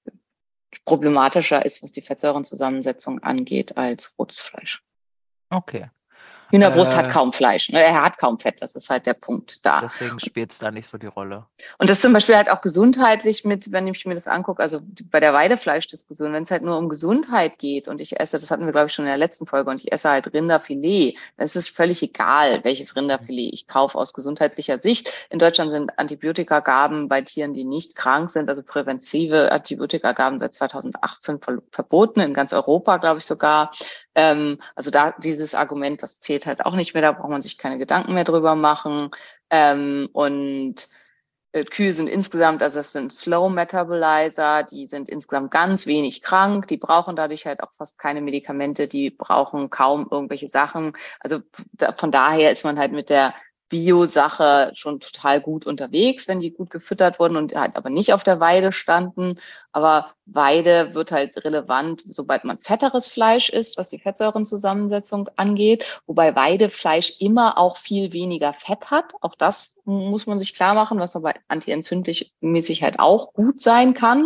Speaker 5: problematischer ist, was die Fettsäurenzusammensetzung angeht, als rotes Fleisch.
Speaker 2: Okay.
Speaker 5: Hühnerbrust
Speaker 2: Äh,
Speaker 5: hat kaum Fleisch, ne? Er hat kaum Fett, das ist halt der Punkt da.
Speaker 2: Deswegen spielt es da nicht so die Rolle.
Speaker 5: Und das zum Beispiel halt auch gesundheitlich mit, wenn ich mir das angucke, also bei der Weidefleischdiskussion, wenn es halt nur um Gesundheit geht und ich esse, das hatten wir glaube ich schon in der letzten Folge, und ich esse halt Rinderfilet, dann ist es völlig egal, welches Rinderfilet ich kaufe aus gesundheitlicher Sicht. In Deutschland sind Antibiotikagaben bei Tieren, die nicht krank sind, also präventive Antibiotikagaben seit zweitausendachtzehn ver- verboten, in ganz Europa glaube ich sogar. Ähm, also da dieses Argument, das zählt halt auch nicht mehr, da braucht man sich keine Gedanken mehr drüber machen. Ähm, und äh, Kühe sind insgesamt, also das sind Slow Metabolizer, die sind insgesamt ganz wenig krank, die brauchen dadurch halt auch fast keine Medikamente, die brauchen kaum irgendwelche Sachen. Also da, von daher ist man halt mit der Bio-Sache schon total gut unterwegs, wenn die gut gefüttert wurden und halt aber nicht auf der Weide standen. Aber Weide wird halt relevant, sobald man fetteres Fleisch isst, was die Fettsäurenzusammensetzung angeht, wobei Weidefleisch immer auch viel weniger Fett hat. Auch das muss man sich klar machen, was aber antientzündlich mäßig halt auch gut sein kann,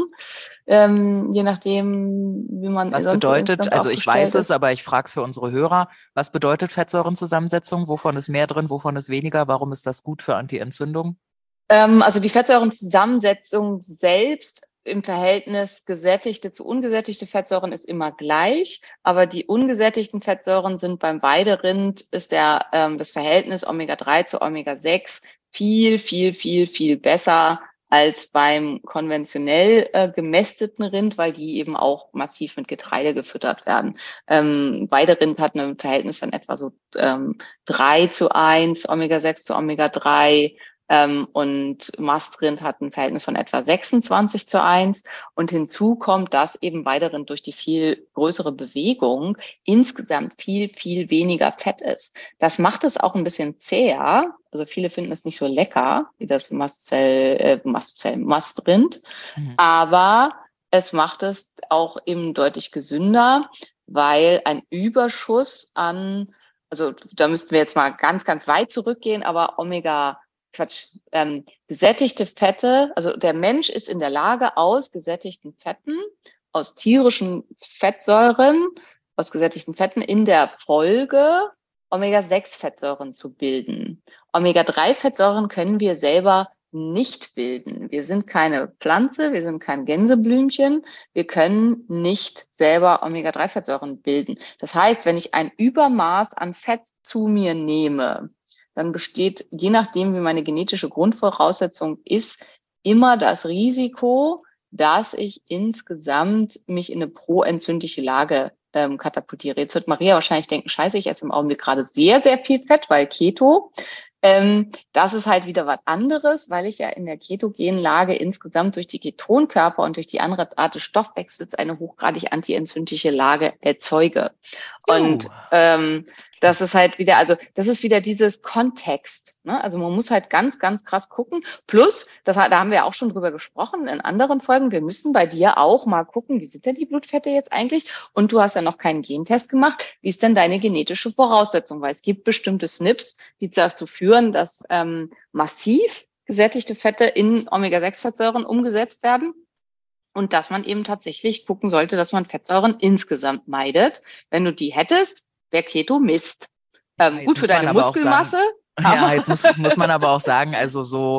Speaker 5: ähm, je nachdem, wie man
Speaker 2: Was
Speaker 5: sonst so
Speaker 2: bedeutet,
Speaker 5: insgesamt
Speaker 2: also ich weiß
Speaker 5: aufgestellt
Speaker 2: es, aber ich frage es für unsere Hörer, was bedeutet Fettsäurenzusammensetzung? Wovon ist mehr drin, wovon ist weniger? Warum ist das gut für Anti-Entzündung?
Speaker 5: Ähm, also die Fettsäurenzusammensetzung selbst im Verhältnis gesättigte zu ungesättigte Fettsäuren ist immer gleich, aber die ungesättigten Fettsäuren sind beim Weiderind, ist der, ähm, das Verhältnis Omega drei zu Omega sechs viel, viel, viel, viel besser als beim konventionell äh, gemästeten Rind, weil die eben auch massiv mit Getreide gefüttert werden. Ähm, Weiderind hat ein Verhältnis von etwa so ähm, drei zu eins, Omega sechs zu Omega drei. Ähm, und Mastrind hat ein Verhältnis von etwa sechsundzwanzig zu eins. Und hinzu kommt, dass eben Weiderind durch die viel größere Bewegung insgesamt viel, viel weniger Fett ist. Das macht es auch ein bisschen zäher. Also viele finden es nicht so lecker, wie das Mastzell, äh, Mastzell, Mastrind. Mhm. Aber es macht es auch eben deutlich gesünder, weil ein Überschuss an, also da müssten wir jetzt mal ganz, ganz weit zurückgehen, aber Omega Quatsch, ähm, gesättigte Fette, also der Mensch ist in der Lage, aus gesättigten Fetten, aus tierischen Fettsäuren, aus gesättigten Fetten in der Folge Omega sechs Fettsäuren zu bilden. Omega drei Fettsäuren können wir selber nicht bilden. Wir sind keine Pflanze, wir sind kein Gänseblümchen, wir können nicht selber Omega drei Fettsäuren bilden. Das heißt, wenn ich ein Übermaß an Fett zu mir nehme, dann besteht, je nachdem, wie meine genetische Grundvoraussetzung ist, immer das Risiko, dass ich insgesamt mich in eine proentzündliche Lage ähm, katapultiere. Jetzt wird Maria wahrscheinlich denken, scheiße, ich esse im Augenblick gerade sehr, sehr viel Fett, weil Keto. Ähm, das ist halt wieder was anderes, weil ich ja in der ketogenen Lage insgesamt durch die Ketonkörper und durch die andere Art des Stoffwechsels eine hochgradig antientzündliche Lage erzeuge. Juh. Und ähm, das ist halt wieder, also das ist wieder dieses Kontext, ne? Also man muss halt ganz, ganz krass gucken. Plus, das, da haben wir auch schon drüber gesprochen in anderen Folgen, wir müssen bei dir auch mal gucken, wie sind denn die Blutfette jetzt eigentlich? Und du hast ja noch keinen Gentest gemacht. Wie ist denn deine genetische Voraussetzung? Weil es gibt bestimmte S N Ps, die dazu führen, dass ähm, massiv gesättigte Fette in Omega sechs Fettsäuren umgesetzt werden. Und dass man eben tatsächlich gucken sollte, dass man Fettsäuren insgesamt meidet. Wenn du die hättest, wäre Keto Mist. Ähm,
Speaker 2: Ja,
Speaker 5: gut für deine Muskelmasse.
Speaker 2: Sagen, ja, jetzt muss, muss man aber auch sagen, also so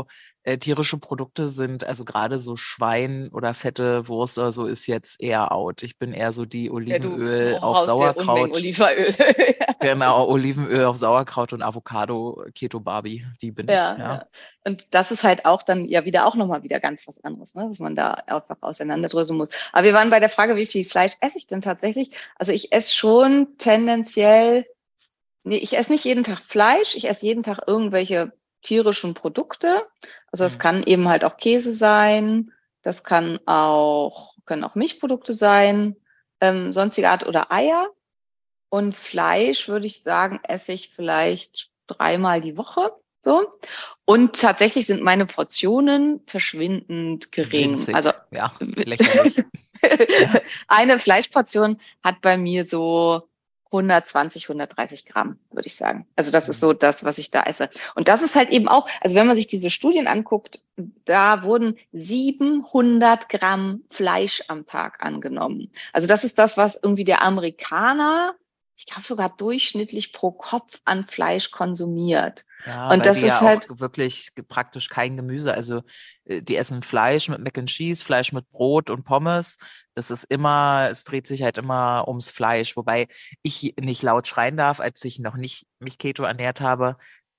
Speaker 2: äh, tierische Produkte sind, also gerade so Schwein oder fette Wurst oder so ist jetzt eher out. Ich bin eher so die
Speaker 5: Ja, du
Speaker 2: Olivenöl auf
Speaker 5: haust dir Unmengen
Speaker 2: Sauerkraut.
Speaker 5: Olivenöl.
Speaker 2: Genau, Olivenöl auf Sauerkraut und Avocado, Keto Barbie, die bin ich,
Speaker 5: Ja,
Speaker 2: ja.
Speaker 5: ja. Und das ist halt auch dann ja wieder auch nochmal wieder ganz was anderes, ne? Dass man da einfach auseinanderdröseln muss. Aber wir waren bei der Frage, wie viel Fleisch esse ich denn tatsächlich? Also ich esse schon tendenziell, nee, ich esse nicht jeden Tag Fleisch, ich esse jeden Tag irgendwelche tierischen Produkte. Also es
Speaker 2: Hm.
Speaker 5: kann eben halt auch Käse sein, das kann auch, können auch Milchprodukte sein, ähm, sonstige Art oder Eier. Und Fleisch, würde ich sagen, esse ich vielleicht dreimal die Woche, so. Und tatsächlich sind meine Portionen verschwindend gering.
Speaker 2: Winzig,
Speaker 5: Also
Speaker 2: ja, lächerlich. Ja.
Speaker 5: eine Fleischportion hat bei mir so hundertzwanzig, hundertdreißig Gramm, würde ich sagen. Also das ist so das, was ich da esse. Und das ist halt eben auch, also wenn man sich diese Studien anguckt, da wurden siebenhundert Gramm Fleisch am Tag angenommen. Also das ist das, was irgendwie der Amerikaner, ich glaube sogar durchschnittlich pro Kopf an Fleisch konsumiert.
Speaker 2: Ja,
Speaker 5: Und
Speaker 2: weil
Speaker 5: das
Speaker 2: die ja
Speaker 5: ist
Speaker 2: auch
Speaker 5: halt,
Speaker 2: wirklich ge- praktisch kein Gemüse, also äh, die essen Fleisch mit Mac and Cheese, Fleisch mit Brot und Pommes. Das ist immer, es dreht sich halt immer ums Fleisch, wobei ich nicht laut schreien darf, als ich noch nicht mich Keto ernährt habe,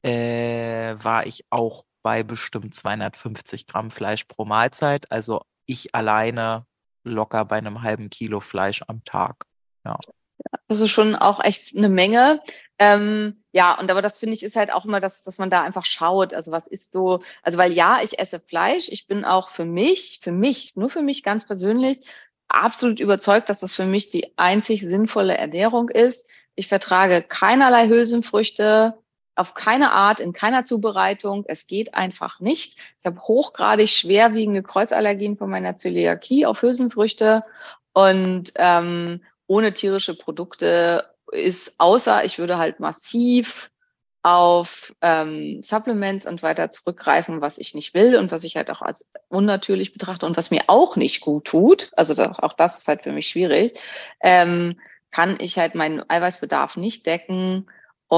Speaker 2: äh, war ich auch bei bestimmt zweihundertfünfzig Gramm Fleisch pro Mahlzeit. Also ich alleine locker bei einem halben Kilo Fleisch am Tag. Ja.
Speaker 5: das ist schon auch echt eine Menge. Ähm, ja, und aber das finde ich ist halt auch immer, dass, dass man da einfach schaut. Also was ist so, also weil ja, ich esse Fleisch. Ich bin auch für mich, für mich, nur für mich ganz persönlich, absolut überzeugt, dass das für mich die einzig sinnvolle Ernährung ist. Ich vertrage keinerlei Hülsenfrüchte, auf keine Art, in keiner Zubereitung. Es geht einfach nicht. Ich habe hochgradig schwerwiegende Kreuzallergien von meiner Zöliakie auf Hülsenfrüchte und ähm, ohne tierische Produkte ist, außer ich würde halt massiv auf ähm, Supplements und weiter zurückgreifen, was ich nicht will und was ich halt auch als unnatürlich betrachte und was mir auch nicht gut tut. Also da, auch das ist halt für mich schwierig. Ähm, kann ich halt meinen Eiweißbedarf nicht decken.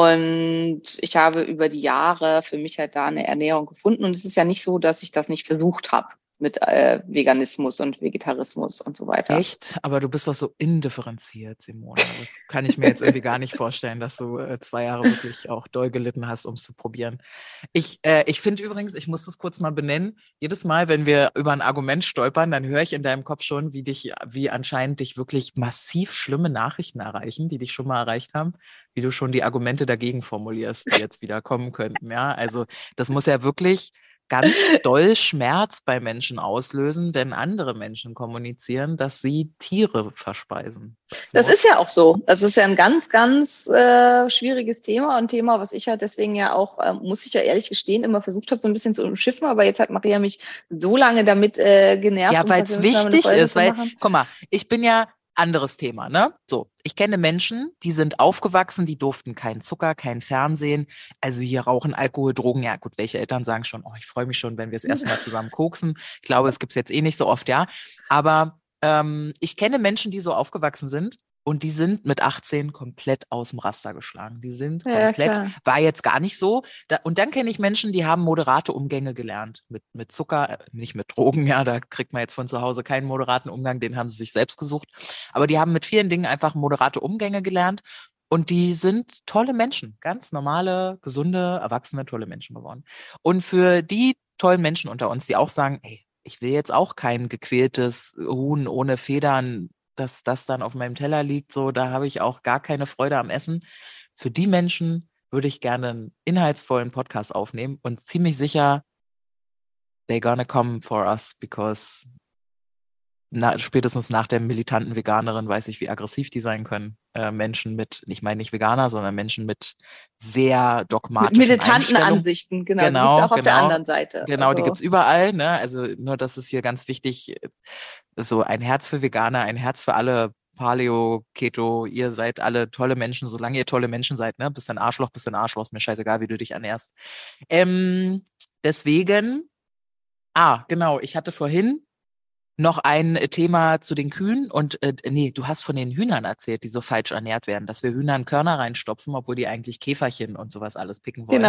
Speaker 5: Und ich habe über die Jahre für mich halt da eine Ernährung gefunden. Und es ist ja nicht so, dass ich das nicht versucht habe mit äh, Veganismus und Vegetarismus und so weiter.
Speaker 2: Echt? Aber du bist doch so indifferenziert, Simone. Das kann ich mir jetzt irgendwie gar nicht vorstellen, dass du äh, zwei Jahre wirklich auch doll gelitten hast, um es zu probieren. Ich, äh, ich finde übrigens, ich muss das kurz mal benennen, jedes Mal, wenn wir über ein Argument stolpern, dann höre ich in deinem Kopf schon, wie dich, wie anscheinend dich wirklich massiv schlimme Nachrichten erreichen, die dich schon mal erreicht haben, wie du schon die Argumente dagegen formulierst, die jetzt wieder kommen könnten. Ja, also das muss ja wirklich ganz doll Schmerz bei Menschen auslösen, wenn andere Menschen kommunizieren, dass sie Tiere verspeisen. Das,
Speaker 5: Das
Speaker 2: muss,
Speaker 5: ist ja auch so. Das ist ja ein ganz, ganz äh, schwieriges Thema und Thema, was ich ja deswegen ja auch, äh, muss ich ja ehrlich gestehen, immer versucht habe, so ein bisschen zu umschiffen. Aber jetzt hat Maria mich so lange damit äh, genervt.
Speaker 2: Ja,
Speaker 5: und
Speaker 2: weil
Speaker 5: gesagt,
Speaker 2: es
Speaker 5: wir müssen da mal eine
Speaker 2: wichtig
Speaker 5: Folge
Speaker 2: ist,
Speaker 5: zu
Speaker 2: weil,
Speaker 5: machen.
Speaker 2: guck mal, ich bin ja anderes Thema, ne? So, ich kenne Menschen, die sind aufgewachsen, die durften keinen Zucker, kein Fernsehen, also hier rauchen, Alkohol, Drogen, ja gut, welche Eltern sagen schon, oh, ich freue mich schon, wenn wir das erste Mal zusammen koksen. Ich glaube, es gibt's jetzt eh nicht so oft, ja. Aber ähm, ich kenne Menschen, die so aufgewachsen sind und die sind mit achtzehn komplett aus dem Raster geschlagen. Die sind
Speaker 5: Ja, ja,
Speaker 2: komplett,
Speaker 5: klar.
Speaker 2: war jetzt gar nicht so. Da, und dann kenne ich Menschen, die haben moderate Umgänge gelernt mit, mit Zucker, äh, nicht mit Drogen, ja, da kriegt man jetzt von zu Hause keinen moderaten Umgang, den haben sie sich selbst gesucht. Aber die haben mit vielen Dingen einfach moderate Umgänge gelernt und die sind tolle Menschen, ganz normale, gesunde, erwachsene, tolle Menschen geworden. Und für die tollen Menschen unter uns, die auch sagen, ey, ich will jetzt auch kein gequältes Huhn ohne Federn, dass das dann auf meinem Teller liegt, so, da habe ich auch gar keine Freude am Essen. Für die Menschen würde ich gerne einen inhaltsvollen Podcast aufnehmen und ziemlich sicher, they're gonna come for us, because na, spätestens nach der militanten Veganerin weiß ich, wie aggressiv die sein können. Äh, Menschen mit, ich meine nicht Veganer, sondern Menschen mit sehr
Speaker 5: Mit
Speaker 2: dogmatischen
Speaker 5: militanten
Speaker 2: Einstellungen.
Speaker 5: Ansichten, genau. Die
Speaker 2: Genau,
Speaker 5: gibt's auch auf der
Speaker 2: genau.
Speaker 5: anderen Seite.
Speaker 2: Genau, die
Speaker 5: Also,
Speaker 2: gibt's überall, ne? Also nur das ist hier ganz wichtig, so ein Herz für Veganer, ein Herz für alle Paleo, Keto, ihr seid alle tolle Menschen, solange ihr tolle Menschen seid, ne? Bist ein Arschloch, bist ein Arschloch, ist mir scheißegal, wie du dich ernährst. Ähm, deswegen, ah, genau, ich hatte vorhin noch ein Thema zu den Kühen und äh, nee, du hast von den Hühnern erzählt, die so falsch ernährt werden, dass wir Hühnern Körner reinstopfen, obwohl die eigentlich Käferchen und sowas alles picken wollen.
Speaker 5: genau.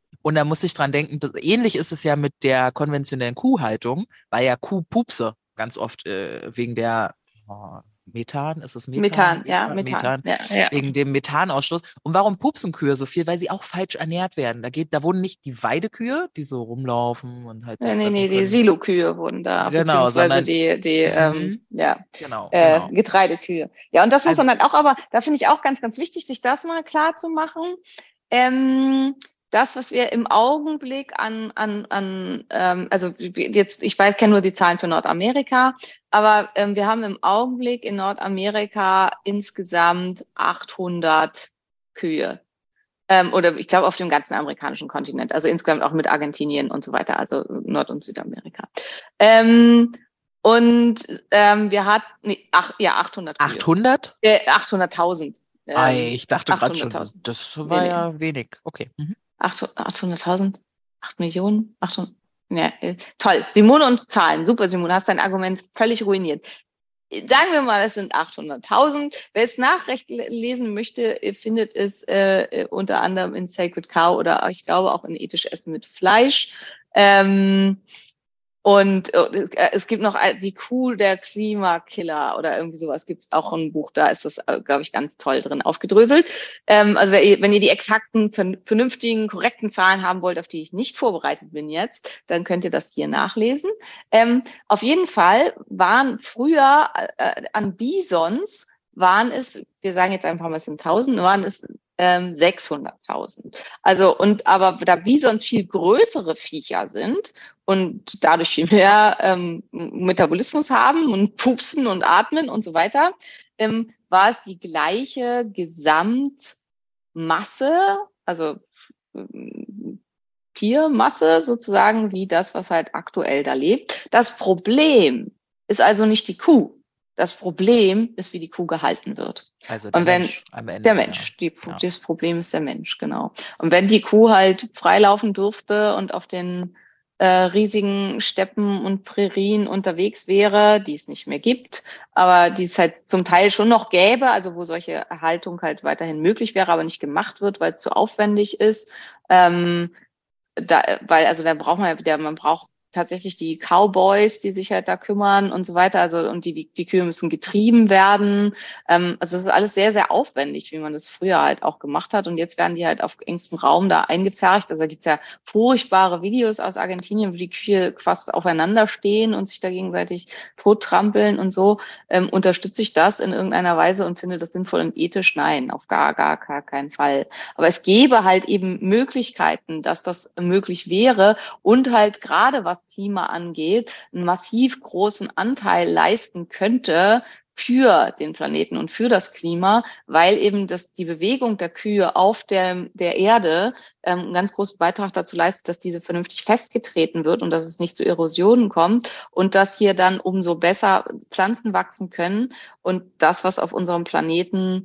Speaker 2: Und da muss ich dran denken, das, ähnlich ist es ja mit der konventionellen Kuhhaltung, weil ja Kuhpupse ganz oft äh, wegen der oh, Methan, ist es Methan?
Speaker 5: Methan, ja, Methan.
Speaker 2: Methan,
Speaker 5: Ja, ja.
Speaker 2: wegen dem Methanausstoß. Und warum pupsen Kühe so viel? Weil sie auch falsch ernährt werden. Da geht, da wurden nicht die Weidekühe, die so rumlaufen und halt so
Speaker 5: Nee, nee,
Speaker 2: fressen
Speaker 5: nee, die
Speaker 2: können.
Speaker 5: Silokühe wurden da,
Speaker 2: Genau,
Speaker 5: beziehungsweise
Speaker 2: sondern
Speaker 5: die, die, ähm,
Speaker 2: mhm,
Speaker 5: ja,
Speaker 2: genau,
Speaker 5: äh,
Speaker 2: genau.
Speaker 5: Getreidekühe. Ja, und das muss
Speaker 2: Also
Speaker 5: man halt auch, aber da finde ich auch ganz, ganz wichtig, sich das mal klar zu machen. Ähm, das, was wir im Augenblick an, an, an ähm, also wir- jetzt, ich weiß, kenne nur die Zahlen für Nordamerika, aber ähm, wir haben im Augenblick in Nordamerika insgesamt achthundert Kühe. Ähm, oder ich glaube auf dem ganzen amerikanischen Kontinent, also insgesamt auch mit Argentinien und so weiter, also Nord- und Südamerika. Ähm, und ähm, wir hatten, nee, ach, ja, achthundert Kühe.
Speaker 2: achthundert?
Speaker 5: Äh, achthunderttausend.
Speaker 2: Ei,
Speaker 5: Ähm,
Speaker 2: ich dachte gerade schon,
Speaker 5: achthunderttausend.
Speaker 2: das
Speaker 5: Nee,
Speaker 2: war
Speaker 5: nee.
Speaker 2: ja wenig. Okay. Mhm.
Speaker 5: achthunderttausend? acht Millionen? achthundert, ja, äh, toll. Simone und Zahlen. Super, Simone. Hast dein Argument völlig ruiniert. Sagen wir mal, es sind achthunderttausend. Wer es nachlesen möchte, ihr findet es äh, unter anderem in Sacred Cow oder ich glaube auch in Ethisch Essen mit Fleisch. Ähm, und äh, es gibt noch die Kuh der Klimakiller oder irgendwie sowas, gibt es auch ein Buch, da ist das, äh, glaube ich, ganz toll drin aufgedröselt. Ähm, also wenn ihr, wenn ihr die exakten, vernünftigen, korrekten Zahlen haben wollt, auf die ich nicht vorbereitet bin jetzt, dann könnt ihr das hier nachlesen. Ähm, auf jeden Fall waren früher äh, an Bisons, waren es, wir sagen jetzt einfach mal, es sind tausend, waren es ähm, sechshunderttausend. Also, und aber da Bisons viel größere Viecher sind und dadurch viel mehr ähm, Metabolismus haben und pupsen und atmen und so weiter, ähm, war es die gleiche Gesamtmasse, also ähm, Tiermasse sozusagen, wie das, was halt aktuell da lebt. Das Problem ist also nicht die Kuh. Das Problem ist, wie die Kuh gehalten wird.
Speaker 2: Also der
Speaker 5: Und wenn
Speaker 2: Mensch am Ende.
Speaker 5: der Mensch,
Speaker 2: Ja.
Speaker 5: die,
Speaker 2: Ja.
Speaker 5: das Problem ist der Mensch, genau. Und wenn die Kuh halt freilaufen durfte und auf den äh, riesigen Steppen und Prärien unterwegs wäre, die es nicht mehr gibt, aber die es halt zum Teil schon noch gäbe, also wo solche Haltung halt weiterhin möglich wäre, aber nicht gemacht wird, weil es zu aufwendig ist. Ähm, da, weil, also da braucht man ja wieder, man braucht tatsächlich die Cowboys, die sich halt da kümmern und so weiter. Also, und die, die, die Kühe müssen getrieben werden. Ähm, also es ist alles sehr, sehr aufwendig, wie man das früher halt auch gemacht hat. Und jetzt werden die halt auf engstem Raum da eingepfercht. Also da gibt's ja furchtbare Videos aus Argentinien, wo die Kühe fast aufeinander stehen und sich da gegenseitig tottrampeln und so. Ähm, unterstütze ich das in irgendeiner Weise und finde das sinnvoll und ethisch? Nein, auf gar, gar, gar keinen Fall. Aber es gäbe halt eben Möglichkeiten, dass das möglich wäre und halt gerade was Klima angeht, einen massiv großen Anteil leisten könnte für den Planeten und für das Klima, weil eben das, die Bewegung der Kühe auf der, der Erde ähm, einen ganz großen Beitrag dazu leistet, dass diese vernünftig festgetreten wird und dass es nicht zu Erosionen kommt und dass hier dann umso besser Pflanzen wachsen können und das, was auf unserem Planeten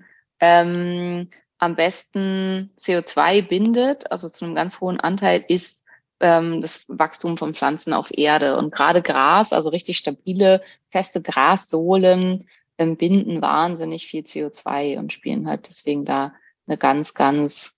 Speaker 5: ähm, am besten C O zwei bindet, also zu einem ganz hohen Anteil, ist ähm, das Wachstum von Pflanzen auf Erde. Und gerade Gras, also richtig stabile, feste Grassohlen, ähm, binden wahnsinnig viel C O zwei und spielen halt deswegen da eine ganz, ganz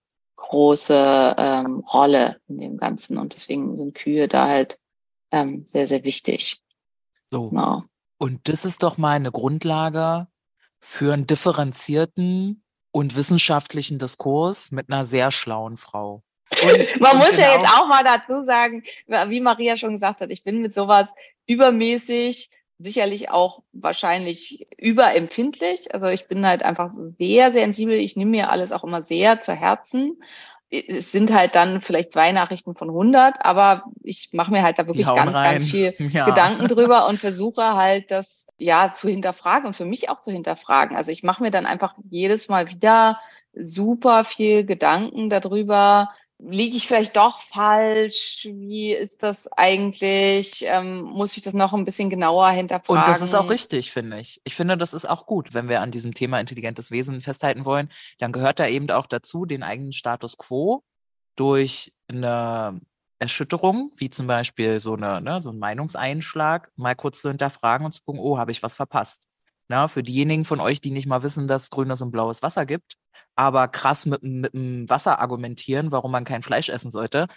Speaker 5: große ähm, Rolle in dem Ganzen. Und deswegen sind Kühe da halt ähm, sehr, sehr wichtig.
Speaker 2: So.
Speaker 5: Genau.
Speaker 2: Und das ist doch mal eine Grundlage für einen differenzierten und wissenschaftlichen Diskurs mit einer sehr schlauen Frau. Und,
Speaker 5: Man
Speaker 2: und
Speaker 5: muss
Speaker 2: genau,
Speaker 5: ja jetzt auch mal dazu sagen, wie Maria schon gesagt hat, ich bin mit sowas übermäßig, sicherlich auch wahrscheinlich überempfindlich. Also ich bin halt einfach sehr sensibel. Ich nehme mir alles auch immer sehr zu Herzen. Es sind halt dann vielleicht zwei Nachrichten von hundert, aber ich mache mir halt da
Speaker 2: die
Speaker 5: wirklich
Speaker 2: hauen
Speaker 5: ganz,
Speaker 2: rein.
Speaker 5: ganz viel
Speaker 2: Ja.
Speaker 5: Gedanken drüber und versuche halt das ja zu hinterfragen und für mich auch zu hinterfragen. Also ich mache mir dann einfach jedes Mal wieder super viel Gedanken darüber, liege ich vielleicht doch falsch? Wie ist das eigentlich? Ähm, muss ich das noch ein bisschen genauer hinterfragen?
Speaker 2: Und das ist auch richtig, finde ich. Ich finde, das ist auch gut, wenn wir an diesem Thema intelligentes Wesen festhalten wollen. Dann gehört da eben auch dazu, den eigenen Status quo durch eine Erschütterung, wie zum Beispiel so eine, ne, so ein Meinungseinschlag, mal kurz zu hinterfragen und zu gucken, oh, habe ich was verpasst? Na, für diejenigen von euch, die nicht mal wissen, dass es grünes und blaues Wasser gibt, aber krass mit, mit dem Wasser argumentieren, warum man kein Fleisch essen sollte,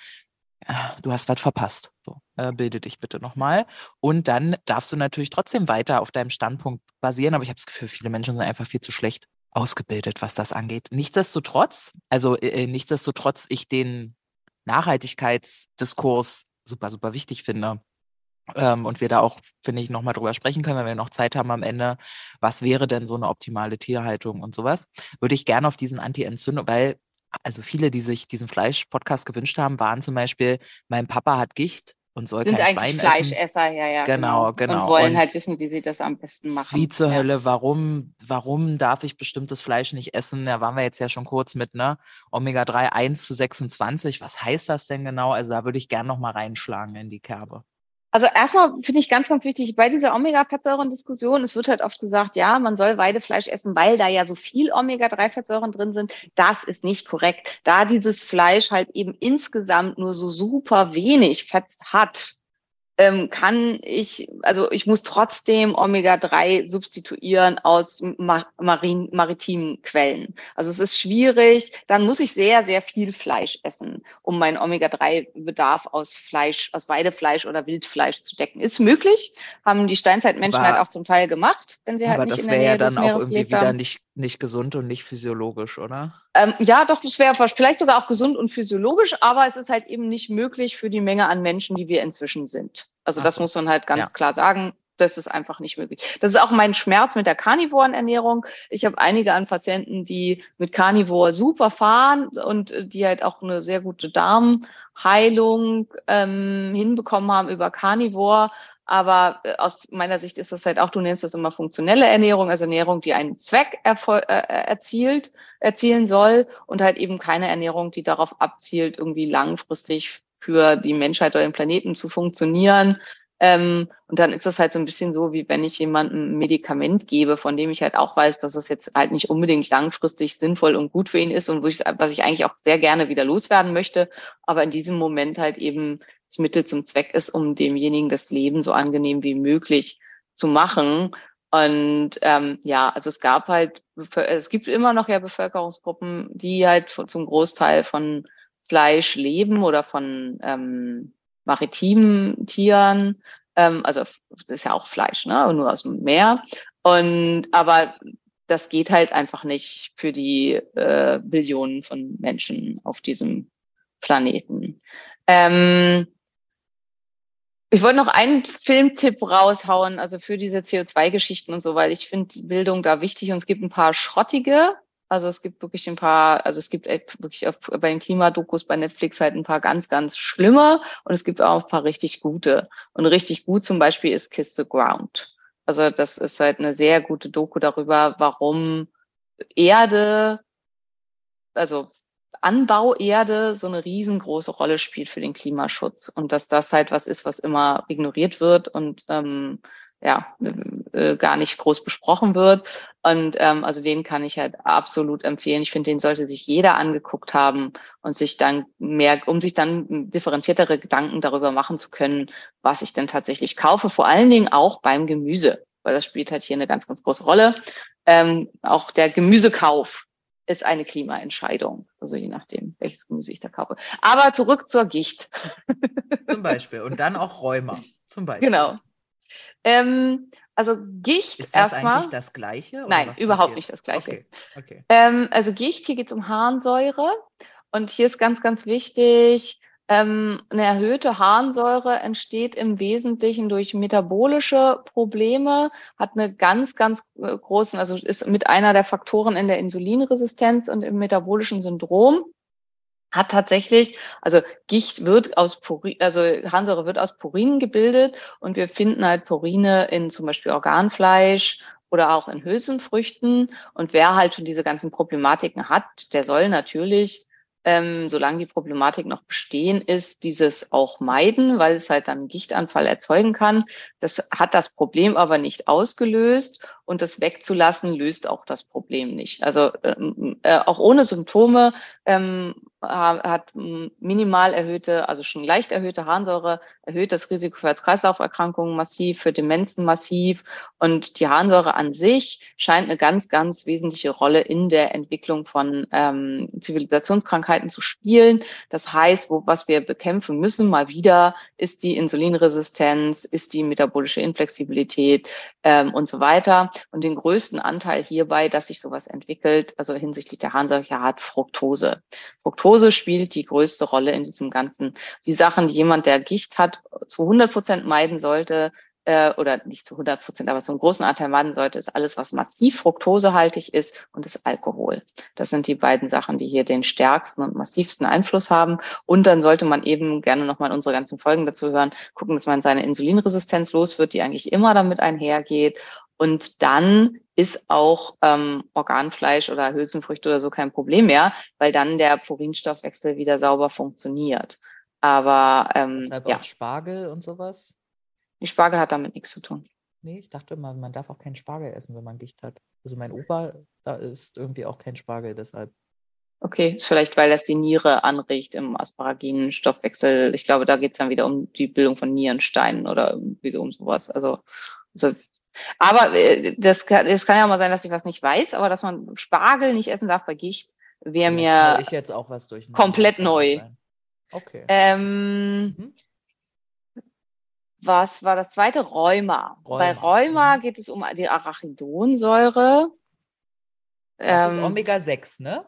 Speaker 2: du hast was verpasst. So, äh, bilde dich bitte nochmal. Und dann darfst du natürlich trotzdem weiter auf deinem Standpunkt basieren, aber ich habe das Gefühl, viele Menschen sind einfach viel zu schlecht ausgebildet, was das angeht. Nichtsdestotrotz, also äh, nichtsdestotrotz, ich den Nachhaltigkeitsdiskurs super, super wichtig finde. Ähm, und wir da auch, finde ich, nochmal drüber sprechen können, wenn wir noch Zeit haben am Ende. Was wäre denn so eine optimale Tierhaltung und sowas? Würde ich gerne auf diesen Anti-Entzündung, weil also viele, die sich diesen Fleisch-Podcast gewünscht haben, waren zum Beispiel, mein Papa hat Gicht und soll
Speaker 5: Sind
Speaker 2: kein
Speaker 5: eigentlich
Speaker 2: Schwein essen.
Speaker 5: Fleischesser, ja, ja,
Speaker 2: Genau,
Speaker 5: genau.
Speaker 2: genau.
Speaker 5: Und wollen
Speaker 2: Und
Speaker 5: halt wissen, wie sie das am besten machen.
Speaker 2: wie zur
Speaker 5: ja.
Speaker 2: Hölle, warum, warum darf ich bestimmtes Fleisch nicht essen? Da waren wir jetzt ja schon kurz mit, ne? Omega drei eins zu sechsundzwanzig. Was heißt das denn genau? Also da würde ich gerne nochmal reinschlagen in die Kerbe.
Speaker 5: Also erstmal finde ich ganz, ganz wichtig, bei dieser Omega-Fettsäuren-Diskussion, es wird halt oft gesagt, ja, man soll Weidefleisch essen, weil da ja so viel Omega drei Fettsäuren drin sind. Das ist nicht korrekt. Da dieses Fleisch halt eben insgesamt nur so super wenig Fett hat, ähm, kann ich, also ich muss trotzdem Omega drei substituieren aus ma- marin, maritimen Quellen. Also es ist schwierig, dann muss ich sehr, sehr viel Fleisch essen, um meinen Omega drei Bedarf aus Fleisch, aus Weidefleisch oder Wildfleisch zu decken. Ist möglich, haben die Steinzeitmenschen
Speaker 2: Aber-
Speaker 5: halt auch zum Teil gemacht, wenn sie halt
Speaker 2: Aber
Speaker 5: nicht
Speaker 2: das
Speaker 5: in der
Speaker 2: wäre ja
Speaker 5: Nähe des
Speaker 2: dann auch
Speaker 5: Meeres
Speaker 2: irgendwie
Speaker 5: gelebt
Speaker 2: wieder
Speaker 5: haben.
Speaker 2: nicht, nicht gesund und nicht physiologisch, oder?
Speaker 5: Ähm, ja, doch, das wäre vielleicht sogar auch gesund und physiologisch, aber es ist halt eben nicht möglich für die Menge an Menschen, die wir inzwischen sind. Also
Speaker 2: Ach
Speaker 5: das
Speaker 2: so.
Speaker 5: muss man halt ganz
Speaker 2: Ja.
Speaker 5: klar sagen. Das ist einfach nicht möglich. Das ist auch mein Schmerz mit der Carnivorenernährung. Ich habe einige an Patienten, die mit Carnivore super fahren und äh, die halt auch eine sehr gute Darmheilung ähm, hinbekommen haben über Carnivore. Aber äh, aus meiner Sicht ist das halt auch, du nennst das immer funktionelle Ernährung, also Ernährung, die einen Zweck erfol- äh, erzielt, erzielen soll und halt eben keine Ernährung, die darauf abzielt, irgendwie langfristig für die Menschheit oder den Planeten zu funktionieren. Ähm, und dann ist das halt so ein bisschen so, wie wenn ich jemandem ein Medikament gebe, von dem ich halt auch weiß, dass es jetzt halt nicht unbedingt langfristig sinnvoll und gut für ihn ist und wo ich, was ich eigentlich auch sehr gerne wieder loswerden möchte, aber in diesem Moment halt eben das Mittel zum Zweck ist, um demjenigen das Leben so angenehm wie möglich zu machen. Und ähm, ja, also es gab halt, es gibt immer noch ja Bevölkerungsgruppen, die halt zum Großteil von Fleisch leben oder von ähm, maritimen Tieren. Ähm, also das ist ja auch Fleisch, ne? Nur aus dem Meer. Und aber das geht halt einfach nicht für die äh, Billionen von Menschen auf diesem Planeten. Ähm, ich wollte noch einen Filmtipp raushauen, also für diese C O zwei Geschichten und so, weil ich finde Bildung da wichtig und es gibt ein paar schrottige. Also es gibt wirklich ein paar, also es gibt wirklich auf, bei den Klimadokus bei Netflix halt ein paar ganz, ganz schlimme und es gibt auch ein paar richtig gute. Und richtig gut zum Beispiel ist Kiss the Ground. Also das ist halt eine sehr gute Doku darüber, warum Erde, also Anbauerde so eine riesengroße Rolle spielt für den Klimaschutz und dass das halt was ist, was immer ignoriert wird und ähm, ja äh, gar nicht groß besprochen wird. Und ähm, also den kann ich halt absolut empfehlen. Ich finde, den sollte sich jeder angeguckt haben und sich dann mehr, um sich dann differenziertere Gedanken darüber machen zu können, was ich denn tatsächlich kaufe. Vor allen Dingen auch beim Gemüse, weil das spielt halt hier eine ganz, ganz große Rolle. Ähm, auch der Gemüsekauf ist eine Klimaentscheidung. Also je nachdem, welches Gemüse ich da kaufe. Aber zurück zur Gicht.
Speaker 2: Zum Beispiel. Und dann auch Rheuma. Zum Beispiel.
Speaker 5: Genau. Ähm, also Gicht
Speaker 2: Ist das
Speaker 5: erstmal.
Speaker 2: eigentlich das Gleiche? Oder
Speaker 5: Nein,
Speaker 2: was
Speaker 5: überhaupt
Speaker 2: passiert?
Speaker 5: nicht das Gleiche.
Speaker 2: Okay. Okay.
Speaker 5: Ähm, also Gicht, hier geht es um Harnsäure. Und hier ist ganz, ganz wichtig, ähm, eine erhöhte Harnsäure entsteht im Wesentlichen durch metabolische Probleme, hat eine ganz, ganz äh, großen, also ist mit einer der Faktoren in der Insulinresistenz und im metabolischen Syndrom. Hat tatsächlich, also Gicht wird aus Purin, also Harnsäure wird aus Purinen gebildet und wir finden halt Purine in zum Beispiel Organfleisch oder auch in Hülsenfrüchten. Und wer halt schon diese ganzen Problematiken hat, der soll natürlich, ähm, solange die Problematik noch bestehen ist, dieses auch meiden, weil es halt dann einen Gichtanfall erzeugen kann. Das hat das Problem aber nicht ausgelöst und das wegzulassen löst auch das Problem nicht. Also ähm, äh, auch ohne Symptome ähm, hat minimal erhöhte, also schon leicht erhöhte Harnsäure, erhöht das Risiko für Herz-Kreislauf-Erkrankungen massiv, für Demenzen massiv. Und die Harnsäure an sich scheint eine ganz, ganz wesentliche Rolle in der Entwicklung von ähm, Zivilisationskrankheiten zu spielen. Das heißt, wo, was wir bekämpfen müssen, mal wieder, ist die Insulinresistenz, ist die metabolische Inflexibilität ähm, und so weiter. Und den größten Anteil hierbei, dass sich sowas entwickelt, also hinsichtlich der Harnsäure, hat Fructose. Fructose spielt die größte Rolle in diesem Ganzen. Die Sachen, die jemand, der Gicht hat, zu hundert Prozent meiden sollte, äh, oder nicht zu hundert Prozent, aber zum großen Anteil meiden sollte, ist alles, was massiv fruktosehaltig ist, und ist Alkohol. Das sind die beiden Sachen, die hier den stärksten und massivsten Einfluss haben. Und dann sollte man eben gerne nochmal in unsere ganzen Folgen dazu hören, gucken, dass man seine Insulinresistenz los wird, die eigentlich immer damit einhergeht. Und dann ist auch ähm, Organfleisch oder Hülsenfrüchte oder so kein Problem mehr, weil dann der Purinstoffwechsel wieder sauber funktioniert. Aber ähm,
Speaker 6: Deshalb
Speaker 5: ja,
Speaker 6: auch Spargel und sowas?
Speaker 5: die Spargel hat damit nichts zu tun.
Speaker 6: Nee, ich dachte immer, man darf auch keinen Spargel essen, wenn man Gicht hat. Also mein Opa, da ist irgendwie auch kein Spargel, deshalb.
Speaker 5: Okay, ist vielleicht, weil das die Niere anregt im Asparaginstoffwechsel. Ich glaube, da geht's dann wieder um die Bildung von Nierensteinen oder irgendwie so um sowas. Also, also aber äh, das kann, das kann ja mal sein, dass ich was nicht weiß, aber dass man Spargel nicht essen darf bei Gicht, wäre
Speaker 6: Vielleicht hau
Speaker 5: mir
Speaker 6: ich jetzt auch was durch.
Speaker 5: komplett neu.
Speaker 6: Okay.
Speaker 5: Ähm,
Speaker 6: Mhm.
Speaker 5: Was war das zweite? Rheuma.
Speaker 6: Rheuma.
Speaker 5: Bei Rheuma
Speaker 6: Mhm.
Speaker 5: geht es um die Arachidonsäure.
Speaker 6: Das ist
Speaker 5: Ähm,
Speaker 6: Omega sechs, ne?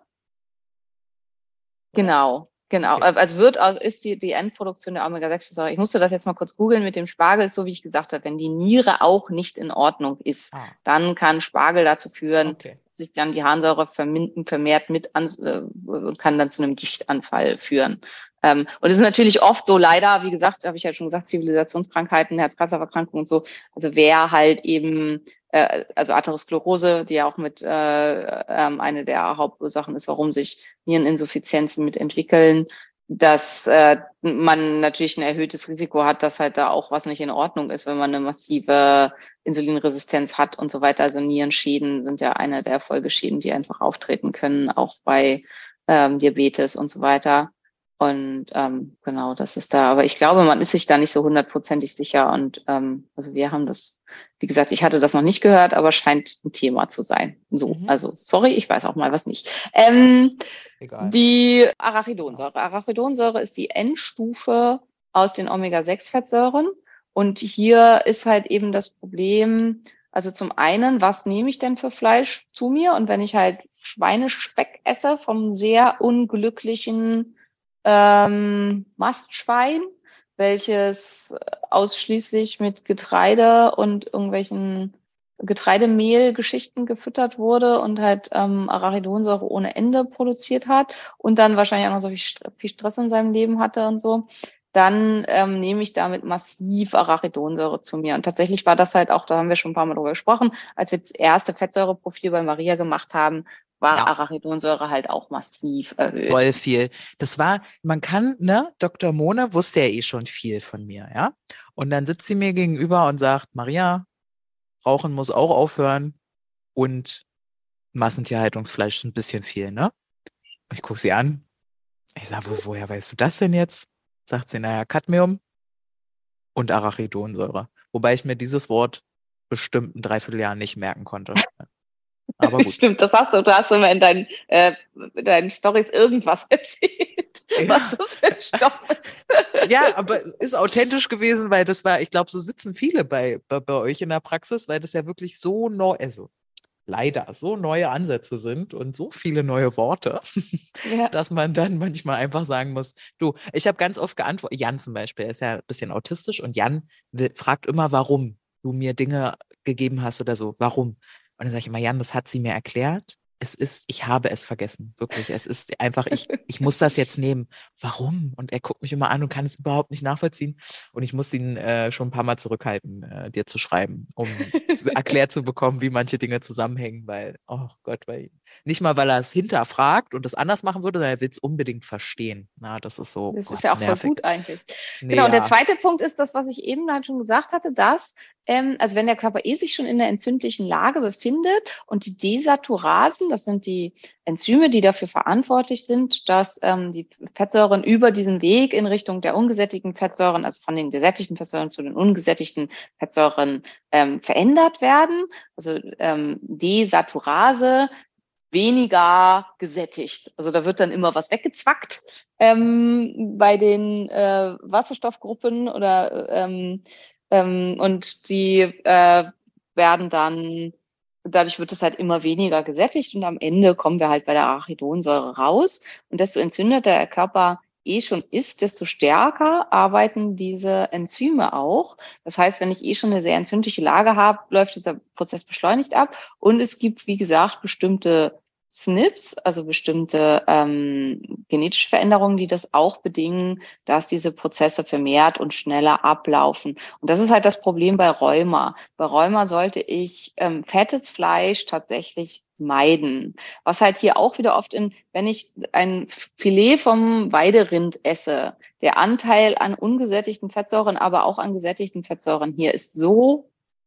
Speaker 5: Genau, genau.
Speaker 6: Okay.
Speaker 5: Also wird, also ist die, die Endproduktion der Omega sechs Säure. Ich musste das jetzt mal kurz googeln mit dem Spargel, so wie ich gesagt habe, wenn die Niere auch nicht in Ordnung ist,
Speaker 6: Ah.
Speaker 5: dann kann Spargel dazu führen,
Speaker 6: Okay.
Speaker 5: dass sich dann die Harnsäure vermin- vermehrt mit an, äh, und kann dann zu einem Gichtanfall führen. Ähm, und es ist natürlich oft so, leider, wie gesagt, habe ich ja schon gesagt, Zivilisationskrankheiten, Herz-Kreislauf-Erkrankungen und so. Also wer halt eben äh, also Atherosklerose, die ja auch mit äh, ähm, eine der Hauptursachen ist, warum sich Niereninsuffizienzen mitentwickeln, dass äh, man natürlich ein erhöhtes Risiko hat, dass halt da auch was nicht in Ordnung ist, wenn man eine massive Insulinresistenz hat und so weiter. Also Nierenschäden sind ja eine der Folgeschäden, die einfach auftreten können, auch bei ähm, Diabetes und so weiter. Und ähm, genau, das ist da. Aber ich glaube, man ist sich da nicht so hundertprozentig sicher. Und ähm, also wir haben das, wie gesagt, ich hatte das noch nicht gehört, aber scheint ein Thema zu sein. So,
Speaker 6: Mhm.
Speaker 5: also sorry, ich weiß auch mal was nicht. Ähm,
Speaker 6: Egal.
Speaker 5: die Arachidonsäure. Arachidonsäure ist die Endstufe aus den Omega sechs Fettsäuren. Und hier ist halt eben das Problem, also zum einen, was nehme ich denn für Fleisch zu mir? Und wenn ich halt Schweinespeck esse vom sehr unglücklichen ähm, Mastschwein, welches ausschließlich mit Getreide und irgendwelchen Getreidemehlgeschichten gefüttert wurde und halt ähm, Arachidonsäure ohne Ende produziert hat und dann wahrscheinlich auch noch so viel, St- viel Stress in seinem Leben hatte und so, dann ähm, nehme ich damit massiv Arachidonsäure zu mir. Und tatsächlich war das halt auch, da haben wir schon ein paar Mal drüber gesprochen, als wir das erste Fettsäureprofil bei Maria gemacht haben, war
Speaker 2: Ja.
Speaker 5: Arachidonsäure halt auch massiv erhöht.
Speaker 2: Voll viel. Das war, man kann, ne, Doktor Mone wusste ja eh schon viel von mir, ja. Und dann sitzt sie mir gegenüber und sagt, Maria, Rauchen muss auch aufhören und Massentierhaltungsfleisch ist ein bisschen viel, ne? Und ich gucke sie an. Ich sage, wo, woher weißt du das denn jetzt? Sagt sie, naja, Cadmium und Arachidonsäure. Wobei ich mir dieses Wort bestimmt ein Dreivierteljahr nicht merken konnte. Aber gut.
Speaker 5: Stimmt, das hast du. Du hast immer in deinen, äh, in deinen Storys irgendwas erzählt,
Speaker 2: Ja.
Speaker 5: was das für ein Stoff ist.
Speaker 2: Ja, aber ist authentisch gewesen, weil das war, ich glaube, so sitzen viele bei, bei, bei euch in der Praxis, weil das ja wirklich so neu, also leider so neue Ansätze sind und so viele neue Worte,
Speaker 5: Ja.
Speaker 2: dass man dann manchmal einfach sagen muss, du, ich habe ganz oft geantwortet, Jan zum Beispiel, er ist ja ein bisschen autistisch und Jan will, fragt immer, warum du mir Dinge gegeben hast oder so, warum? Und dann sage ich immer, Jan, das hat sie mir erklärt. Es ist, ich habe es vergessen, wirklich. Es ist einfach, ich, ich muss das jetzt nehmen. Warum? Und er guckt mich immer an und kann es überhaupt nicht nachvollziehen. Und ich muss ihn äh, schon ein paar Mal zurückhalten, äh, dir zu schreiben, um zu, erklärt zu bekommen, wie manche Dinge zusammenhängen, weil, oh Gott, weil nicht mal, weil er es hinterfragt und es anders machen würde, sondern er will es unbedingt verstehen. Na, das ist so.
Speaker 5: Das
Speaker 2: Gott,
Speaker 5: ist ja auch
Speaker 2: nervig.
Speaker 5: voll gut eigentlich.
Speaker 2: Nee,
Speaker 5: Genau, und der
Speaker 2: ja.
Speaker 5: zweite Punkt ist das, was ich eben halt schon gesagt hatte, dass, ähm, also wenn der Körper eh sich schon in einer entzündlichen Lage befindet und die Desaturasen, Das sind die Enzyme, die dafür verantwortlich sind, dass ähm, die Fettsäuren über diesen Weg in Richtung der ungesättigten Fettsäuren, also von den gesättigten Fettsäuren zu den ungesättigten Fettsäuren ähm, verändert werden. Also ähm, Desaturase, weniger gesättigt. Also da wird dann immer was weggezwackt ähm, bei den äh, Wasserstoffgruppen oder ähm, ähm, und die äh, werden dann, dadurch wird es halt immer weniger gesättigt und am Ende kommen wir halt bei der Arachidonsäure raus. Und desto entzündeter der Körper eh schon ist, desto stärker arbeiten diese Enzyme auch. Das heißt, wenn ich eh schon eine sehr entzündliche Lage habe, läuft dieser Prozess beschleunigt ab. Und es gibt, wie gesagt, bestimmte S N Ps, also bestimmte ähm, genetische Veränderungen, die das auch bedingen, dass diese Prozesse vermehrt und schneller ablaufen. Und das ist halt das Problem bei Rheuma. Bei Rheuma sollte ich ähm, fettes Fleisch tatsächlich meiden. Was halt hier auch wieder oft in, wenn ich ein Filet vom Weiderind esse, der Anteil an ungesättigten Fettsäuren, aber auch an gesättigten Fettsäuren hier ist so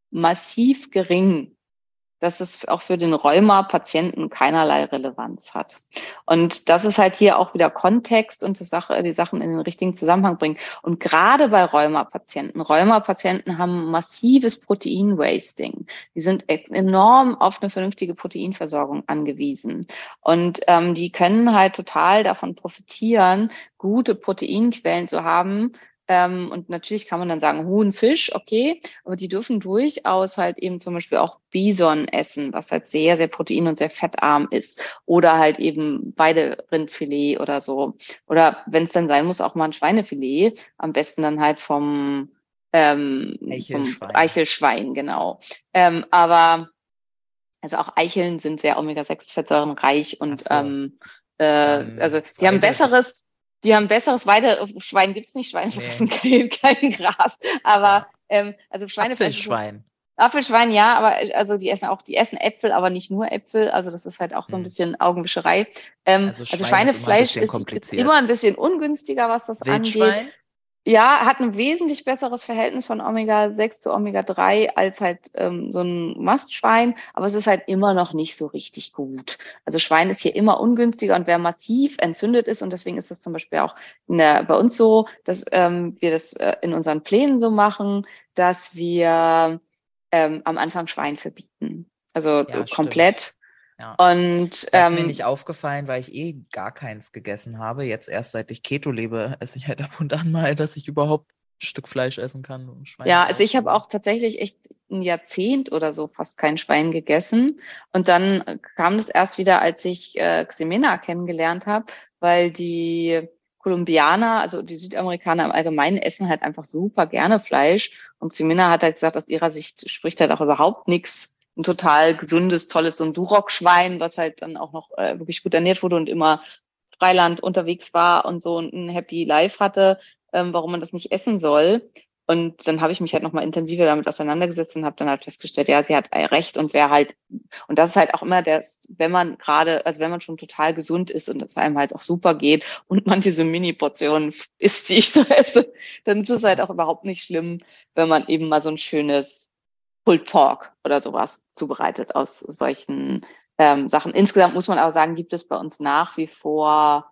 Speaker 5: massiv gering, dass es auch für den Rheuma-Patienten keinerlei Relevanz hat. Und das ist halt hier auch wieder Kontext und die Sache, die Sachen in den richtigen Zusammenhang bringen. Und gerade bei Rheuma-Patienten, Rheuma-Patienten haben massives Protein-Wasting. Die sind enorm auf eine vernünftige Proteinversorgung angewiesen. Und ähm, die können halt total davon profitieren, gute Proteinquellen zu haben. Ähm, und natürlich kann man dann sagen, Huhn, Fisch, okay, aber die dürfen durchaus halt eben zum Beispiel auch Bison essen, was halt sehr, sehr protein- und sehr fettarm ist. Oder halt eben Weiderindfilet oder so. Oder wenn es dann sein muss, auch mal ein Schweinefilet. Am besten dann halt vom, ähm, vom
Speaker 2: Eichelschwein.
Speaker 5: Eichelschwein, genau. Ähm, aber also auch Eicheln sind sehr Omega sechs fettsäurenreich und
Speaker 2: Ach so.
Speaker 5: ähm, äh,
Speaker 2: Dann
Speaker 5: also die haben
Speaker 2: Weide
Speaker 5: besseres
Speaker 2: gibt's.
Speaker 5: Die haben besseres Weide, Schwein gibt's nicht, Schweine
Speaker 2: Nee.
Speaker 5: fressen kein, kein Gras. Aber
Speaker 2: Ja.
Speaker 5: ähm, also Schweinefleisch ist
Speaker 2: Apfelschwein.
Speaker 5: Apfelschwein, ja, aber äh, also die essen auch, die essen Äpfel, aber nicht nur Äpfel. Also das ist halt auch so ein
Speaker 2: Hm.
Speaker 5: bisschen Augenwischerei. Ähm,
Speaker 2: Also
Speaker 5: also
Speaker 2: Schwein ist immer ein
Speaker 5: Schweinefleisch
Speaker 2: bisschen
Speaker 5: ist, ist
Speaker 2: kompliziert.
Speaker 5: immer ein bisschen ungünstiger, was das angeht.
Speaker 2: Wildschwein?
Speaker 5: Ja, hat ein wesentlich besseres Verhältnis von Omega sechs zu Omega drei als halt ähm, so ein Mastschwein, aber es ist halt immer noch nicht so richtig gut. Also Schwein ist hier immer ungünstiger und wer massiv entzündet ist, und deswegen ist das zum Beispiel auch in der, bei uns so, dass ähm, wir das äh, in unseren Plänen so machen, dass wir ähm, am Anfang Schwein verbieten. Also
Speaker 2: Ja,
Speaker 5: äh, komplett.
Speaker 2: stimmt. Ja.
Speaker 5: Und
Speaker 2: Das ist mir
Speaker 5: ähm,
Speaker 2: nicht aufgefallen, weil ich eh gar keins gegessen habe. Jetzt erst seit ich Keto lebe, esse ich halt ab und an mal, dass ich überhaupt ein Stück Fleisch essen kann. Und Schwein
Speaker 5: ja,
Speaker 2: auch,
Speaker 5: also ich habe
Speaker 2: aber-
Speaker 5: auch tatsächlich echt ein Jahrzehnt oder so fast kein Schwein gegessen. Und dann kam das erst wieder, als ich äh, Ximena kennengelernt habe, weil die Kolumbianer, also die Südamerikaner im Allgemeinen, essen halt einfach super gerne Fleisch. Und Ximena hat halt gesagt, aus ihrer Sicht spricht halt auch überhaupt nichts. Ein total gesundes, tolles, so ein Duroc-Schwein, was halt dann auch noch äh, wirklich gut ernährt wurde und immer Freiland unterwegs war und so ein Happy Life hatte, ähm, warum man das nicht essen soll. Und dann habe ich mich halt nochmal intensiver damit auseinandergesetzt und habe dann halt festgestellt, ja, sie hat recht und wer halt, und das ist halt auch immer das, wenn man gerade, also wenn man schon total gesund ist und es einem halt auch super geht und man diese Mini-Portionen isst, die ich so esse, dann ist es halt auch überhaupt nicht schlimm, wenn man eben mal so ein schönes Pulled Pork oder sowas zubereitet aus solchen ähm, Sachen. Insgesamt muss man aber sagen, gibt es bei uns nach wie vor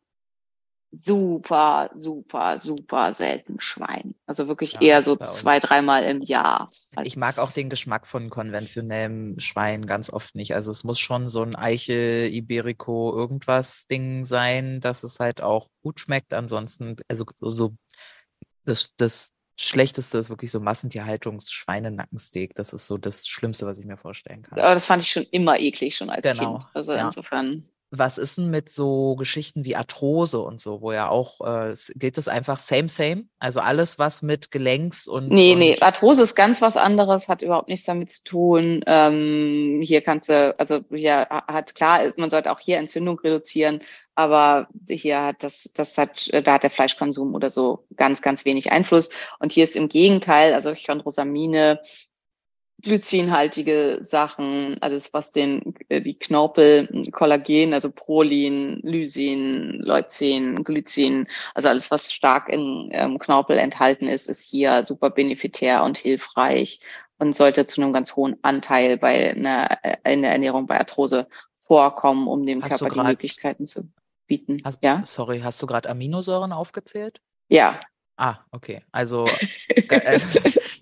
Speaker 5: super, super, super selten Schwein. Also wirklich
Speaker 2: Ja,
Speaker 5: eher so
Speaker 2: bei
Speaker 5: zwei,
Speaker 2: uns-
Speaker 5: dreimal im Jahr.
Speaker 2: Ich mag auch den Geschmack von konventionellem Schwein ganz oft nicht. Also es muss schon so ein Eichel, Iberico, irgendwas Ding sein, dass es halt auch gut schmeckt. Ansonsten, also so das, das Schlechteste ist wirklich so Massentierhaltungs-Schweinenackensteak. Das ist so das Schlimmste, was ich mir vorstellen kann.
Speaker 5: Aber das fand ich schon immer eklig, schon als
Speaker 2: Genau,
Speaker 5: Kind. Also
Speaker 2: ja.
Speaker 5: insofern.
Speaker 2: Was ist denn mit so Geschichten wie Arthrose und so, wo ja auch, äh, es- gilt das einfach same, same? Also alles, was mit Gelenks und.
Speaker 5: Nee,
Speaker 2: und
Speaker 5: nee, Arthrose ist ganz was anderes, hat überhaupt nichts damit zu tun. Ähm, hier kannst du, also hier hat klar, man sollte auch hier Entzündung reduzieren, aber hier hat das, das hat, da hat der Fleischkonsum oder so ganz, ganz wenig Einfluss. Und hier ist im Gegenteil, also Chondrosamine, glycinhaltige Sachen, alles was den die Knorpel, Kollagen, also Prolin, Lysin, Leucin, Glycin, also alles was stark in ähm, Knorpel enthalten ist, ist hier super benefitär und hilfreich und sollte zu einem ganz hohen Anteil bei einer in der Ernährung bei Arthrose vorkommen, um dem
Speaker 2: Hast du
Speaker 5: Körper die
Speaker 2: grad-
Speaker 5: Möglichkeiten zu bieten.
Speaker 2: Hast,
Speaker 5: Ja,
Speaker 2: Sorry, hast du gerade Aminosäuren aufgezählt?
Speaker 5: ja.
Speaker 2: Ah, okay. Also, ge- also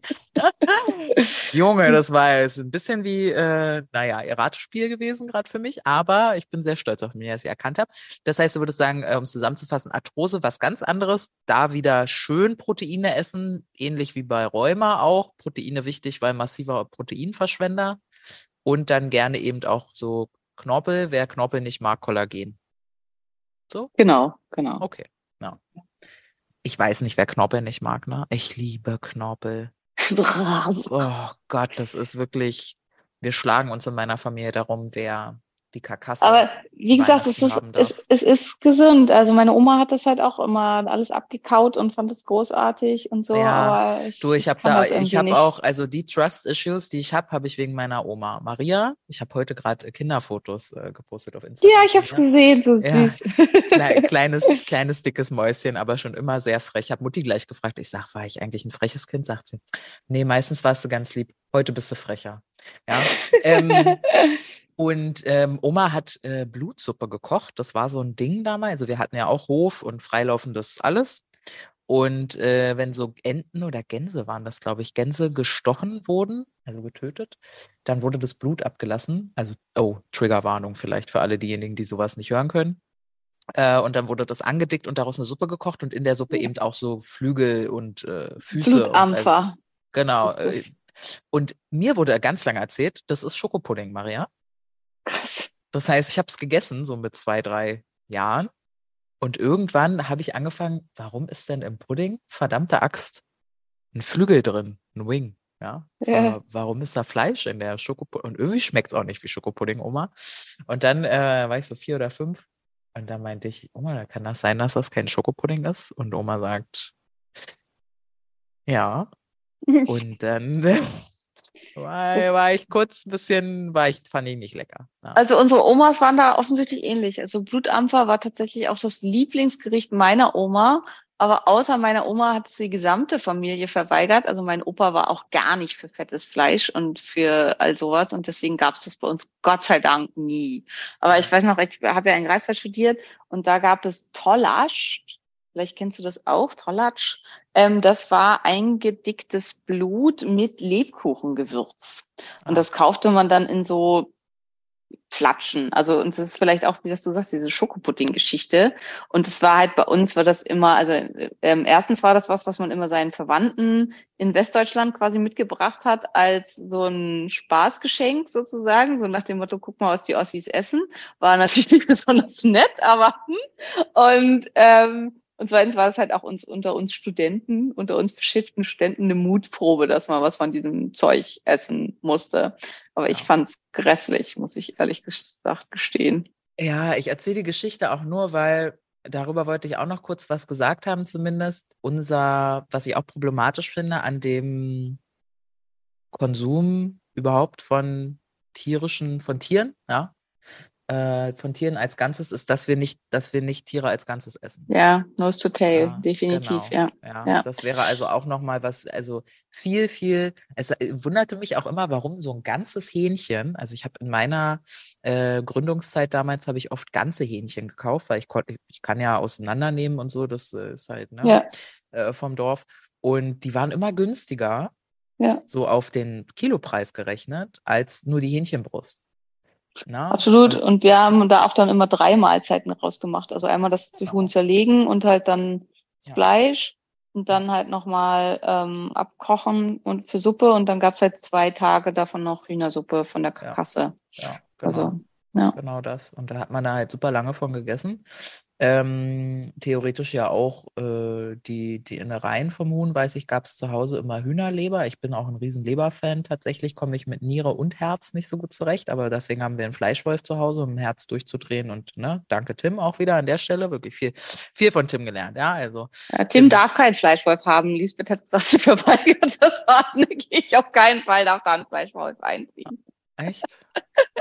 Speaker 2: Junge, das war jetzt ein bisschen wie, äh, naja, ihr Ratespiel gewesen gerade für mich, aber ich bin sehr stolz auf mich, dass ich erkannt habe. Das heißt, du würdest sagen, äh, um es zusammenzufassen, Arthrose, was ganz anderes, da wieder schön Proteine essen, ähnlich wie bei Rheuma auch. Proteine wichtig, weil massiver Proteinverschwender und dann gerne eben auch so Knorpel, wer Knorpel nicht mag, Kollagen. So?
Speaker 5: Genau, genau.
Speaker 2: Okay, ja. Ich weiß nicht, wer Knorpel nicht mag, ne? Ich liebe Knorpel. Oh Gott, das ist wirklich, wir schlagen uns in meiner Familie darum, wer die Karkasse
Speaker 5: Aber wie gesagt, es
Speaker 2: Weihnachten
Speaker 5: ist,
Speaker 2: haben
Speaker 5: es,
Speaker 2: darf.
Speaker 5: es ist gesund. Also meine Oma hat das halt auch immer alles abgekaut und fand es großartig und so,
Speaker 2: Ja,
Speaker 5: aber ich,
Speaker 2: du, ich
Speaker 5: ich
Speaker 2: habe
Speaker 5: kann
Speaker 2: da,
Speaker 5: das
Speaker 2: ich
Speaker 5: irgendwie
Speaker 2: habe
Speaker 5: nicht.
Speaker 2: auch, also die Trust-Issues, die ich habe, habe ich wegen meiner Oma. Maria, ich habe heute gerade Kinderfotos äh, gepostet auf Instagram.
Speaker 5: Ja, ich habe es
Speaker 2: von ihr.
Speaker 5: gesehen, so
Speaker 2: Ja,
Speaker 5: süß.
Speaker 2: Klei kleines, kleines, dickes Mäuschen, aber schon immer sehr frech. Ich habe Mutti gleich gefragt, ich sag, war ich eigentlich ein freches Kind? Sagt sie, nee, meistens warst du ganz lieb, heute bist du frecher. Ja, ähm, und ähm, Oma hat äh, Blutsuppe gekocht, das war so ein Ding damals, also wir hatten ja auch Hof und freilaufendes alles. Und äh, wenn so Enten oder Gänse waren das, glaube ich, Gänse gestochen wurden, also getötet, dann wurde das Blut abgelassen. Also, oh, Triggerwarnung vielleicht für alle diejenigen, die sowas nicht hören können. Äh, und dann wurde das angedickt und daraus eine Suppe gekocht und in der Suppe eben auch so Flügel und äh, Füße. Und, also,
Speaker 5: Blutampfer.
Speaker 2: genau.
Speaker 5: ist
Speaker 2: Äh,
Speaker 5: das.
Speaker 2: und mir wurde ganz lange erzählt, das ist Schokopudding, Maria.
Speaker 5: Krass.
Speaker 2: Das heißt, ich habe es gegessen, so mit zwei, drei Jahren. Und irgendwann habe ich angefangen, warum ist denn im Pudding, verdammte Axt, ein Flügel drin, ein Wing? Ja,
Speaker 5: Ja.
Speaker 2: Wa- warum ist da Fleisch in der Schokopudding? Und irgendwie schmeckt es auch nicht wie Schokopudding, Oma. Und dann äh, war ich so vier oder fünf und dann meinte ich, Oma, da kann das sein, dass das kein Schokopudding ist? Und Oma sagt, ja. Und dann war,
Speaker 5: Das,
Speaker 2: war ich kurz ein bisschen, war ich, fand ich nicht lecker. Ja.
Speaker 5: also unsere Omas waren da offensichtlich ähnlich. Also Blutampfer war tatsächlich auch das Lieblingsgericht meiner Oma. Aber außer meiner Oma hat es die gesamte Familie verweigert. Also mein Opa war auch gar nicht für fettes Fleisch und für all sowas. Und deswegen gab es das bei uns Gott sei Dank nie. Aber ich weiß noch, ich habe ja in Greifswald studiert und da gab es Tollasch. Vielleicht kennst du das auch, Tollatsch. Ähm, das war eingedicktes Blut mit Lebkuchengewürz. Und
Speaker 2: Ah.
Speaker 5: das kaufte man dann in so Flatschen. Also, und das ist vielleicht auch, wie das du sagst, diese Schokopudding-Geschichte. Und es war halt bei uns, war das immer, also ähm, erstens war das was, was man immer seinen Verwandten in Westdeutschland quasi mitgebracht hat, als so ein Spaßgeschenk sozusagen, so nach dem Motto, guck mal, was die Ossis essen. War natürlich nicht besonders nett, aber hm. Und ähm, und zweitens war es halt auch uns unter uns Studenten, unter uns beschifften Studenten eine Mutprobe, dass man was von diesem Zeug essen musste. Aber ich
Speaker 2: Ja.
Speaker 5: fand's grässlich, muss ich ehrlich gesagt gestehen.
Speaker 2: Ja, ich erzähle die Geschichte auch nur, weil darüber wollte ich auch noch kurz was gesagt haben, zumindest. Unser, was ich auch problematisch finde, an dem Konsum überhaupt von tierischen, von Tieren, ja, äh, von Tieren als Ganzes, ist, dass wir nicht, dass wir nicht Tiere als Ganzes essen.
Speaker 5: Ja, nose to tail,
Speaker 2: Ja,
Speaker 5: definitiv,
Speaker 2: genau.
Speaker 5: ja.
Speaker 2: Ja,
Speaker 5: Ja.
Speaker 2: das wäre also auch nochmal was, also viel, viel, es äh, wunderte mich auch immer, warum so ein ganzes Hähnchen, also ich habe in meiner äh, Gründungszeit damals, habe ich oft ganze Hähnchen gekauft, weil ich konnte, ich kann ja auseinandernehmen und so, das äh, ist halt, ne,
Speaker 5: Ja,
Speaker 2: äh, vom Dorf. Und die waren immer günstiger,
Speaker 5: ja,
Speaker 2: so auf den Kilopreis gerechnet, als nur die Hähnchenbrust. Na?
Speaker 5: absolut.
Speaker 2: Und,
Speaker 5: Und wir haben da auch dann immer drei Mahlzeiten rausgemacht. Also einmal das
Speaker 2: Genau.
Speaker 5: Huhn zerlegen und halt dann das
Speaker 2: Ja.
Speaker 5: Fleisch und dann halt nochmal ähm, abkochen und für Suppe und dann gab's halt zwei Tage davon noch Hühnersuppe von der Karkasse.
Speaker 2: ja, genau.
Speaker 5: Also, ja.
Speaker 2: Genau das. Und da hat man da halt super lange von gegessen. Ähm, theoretisch ja auch äh, die, die Innereien vom Huhn, weiß ich, gab es zu Hause immer Hühnerleber. Ich bin auch ein riesen Leberfan. Tatsächlich komme ich mit Niere und Herz nicht so gut zurecht, aber deswegen haben wir einen Fleischwolf zu Hause, um ein Herz durchzudrehen. Und ne, danke Tim auch wieder an der Stelle. Wirklich viel, viel von Tim gelernt. Ja, also.
Speaker 5: Ja, Tim
Speaker 2: Tim-
Speaker 5: darf keinen Fleischwolf haben. Lisbeth hat gesagt, sie verweigert das war ich auf keinen Fall darf da ein Fleischwolf einziehen.
Speaker 2: Echt?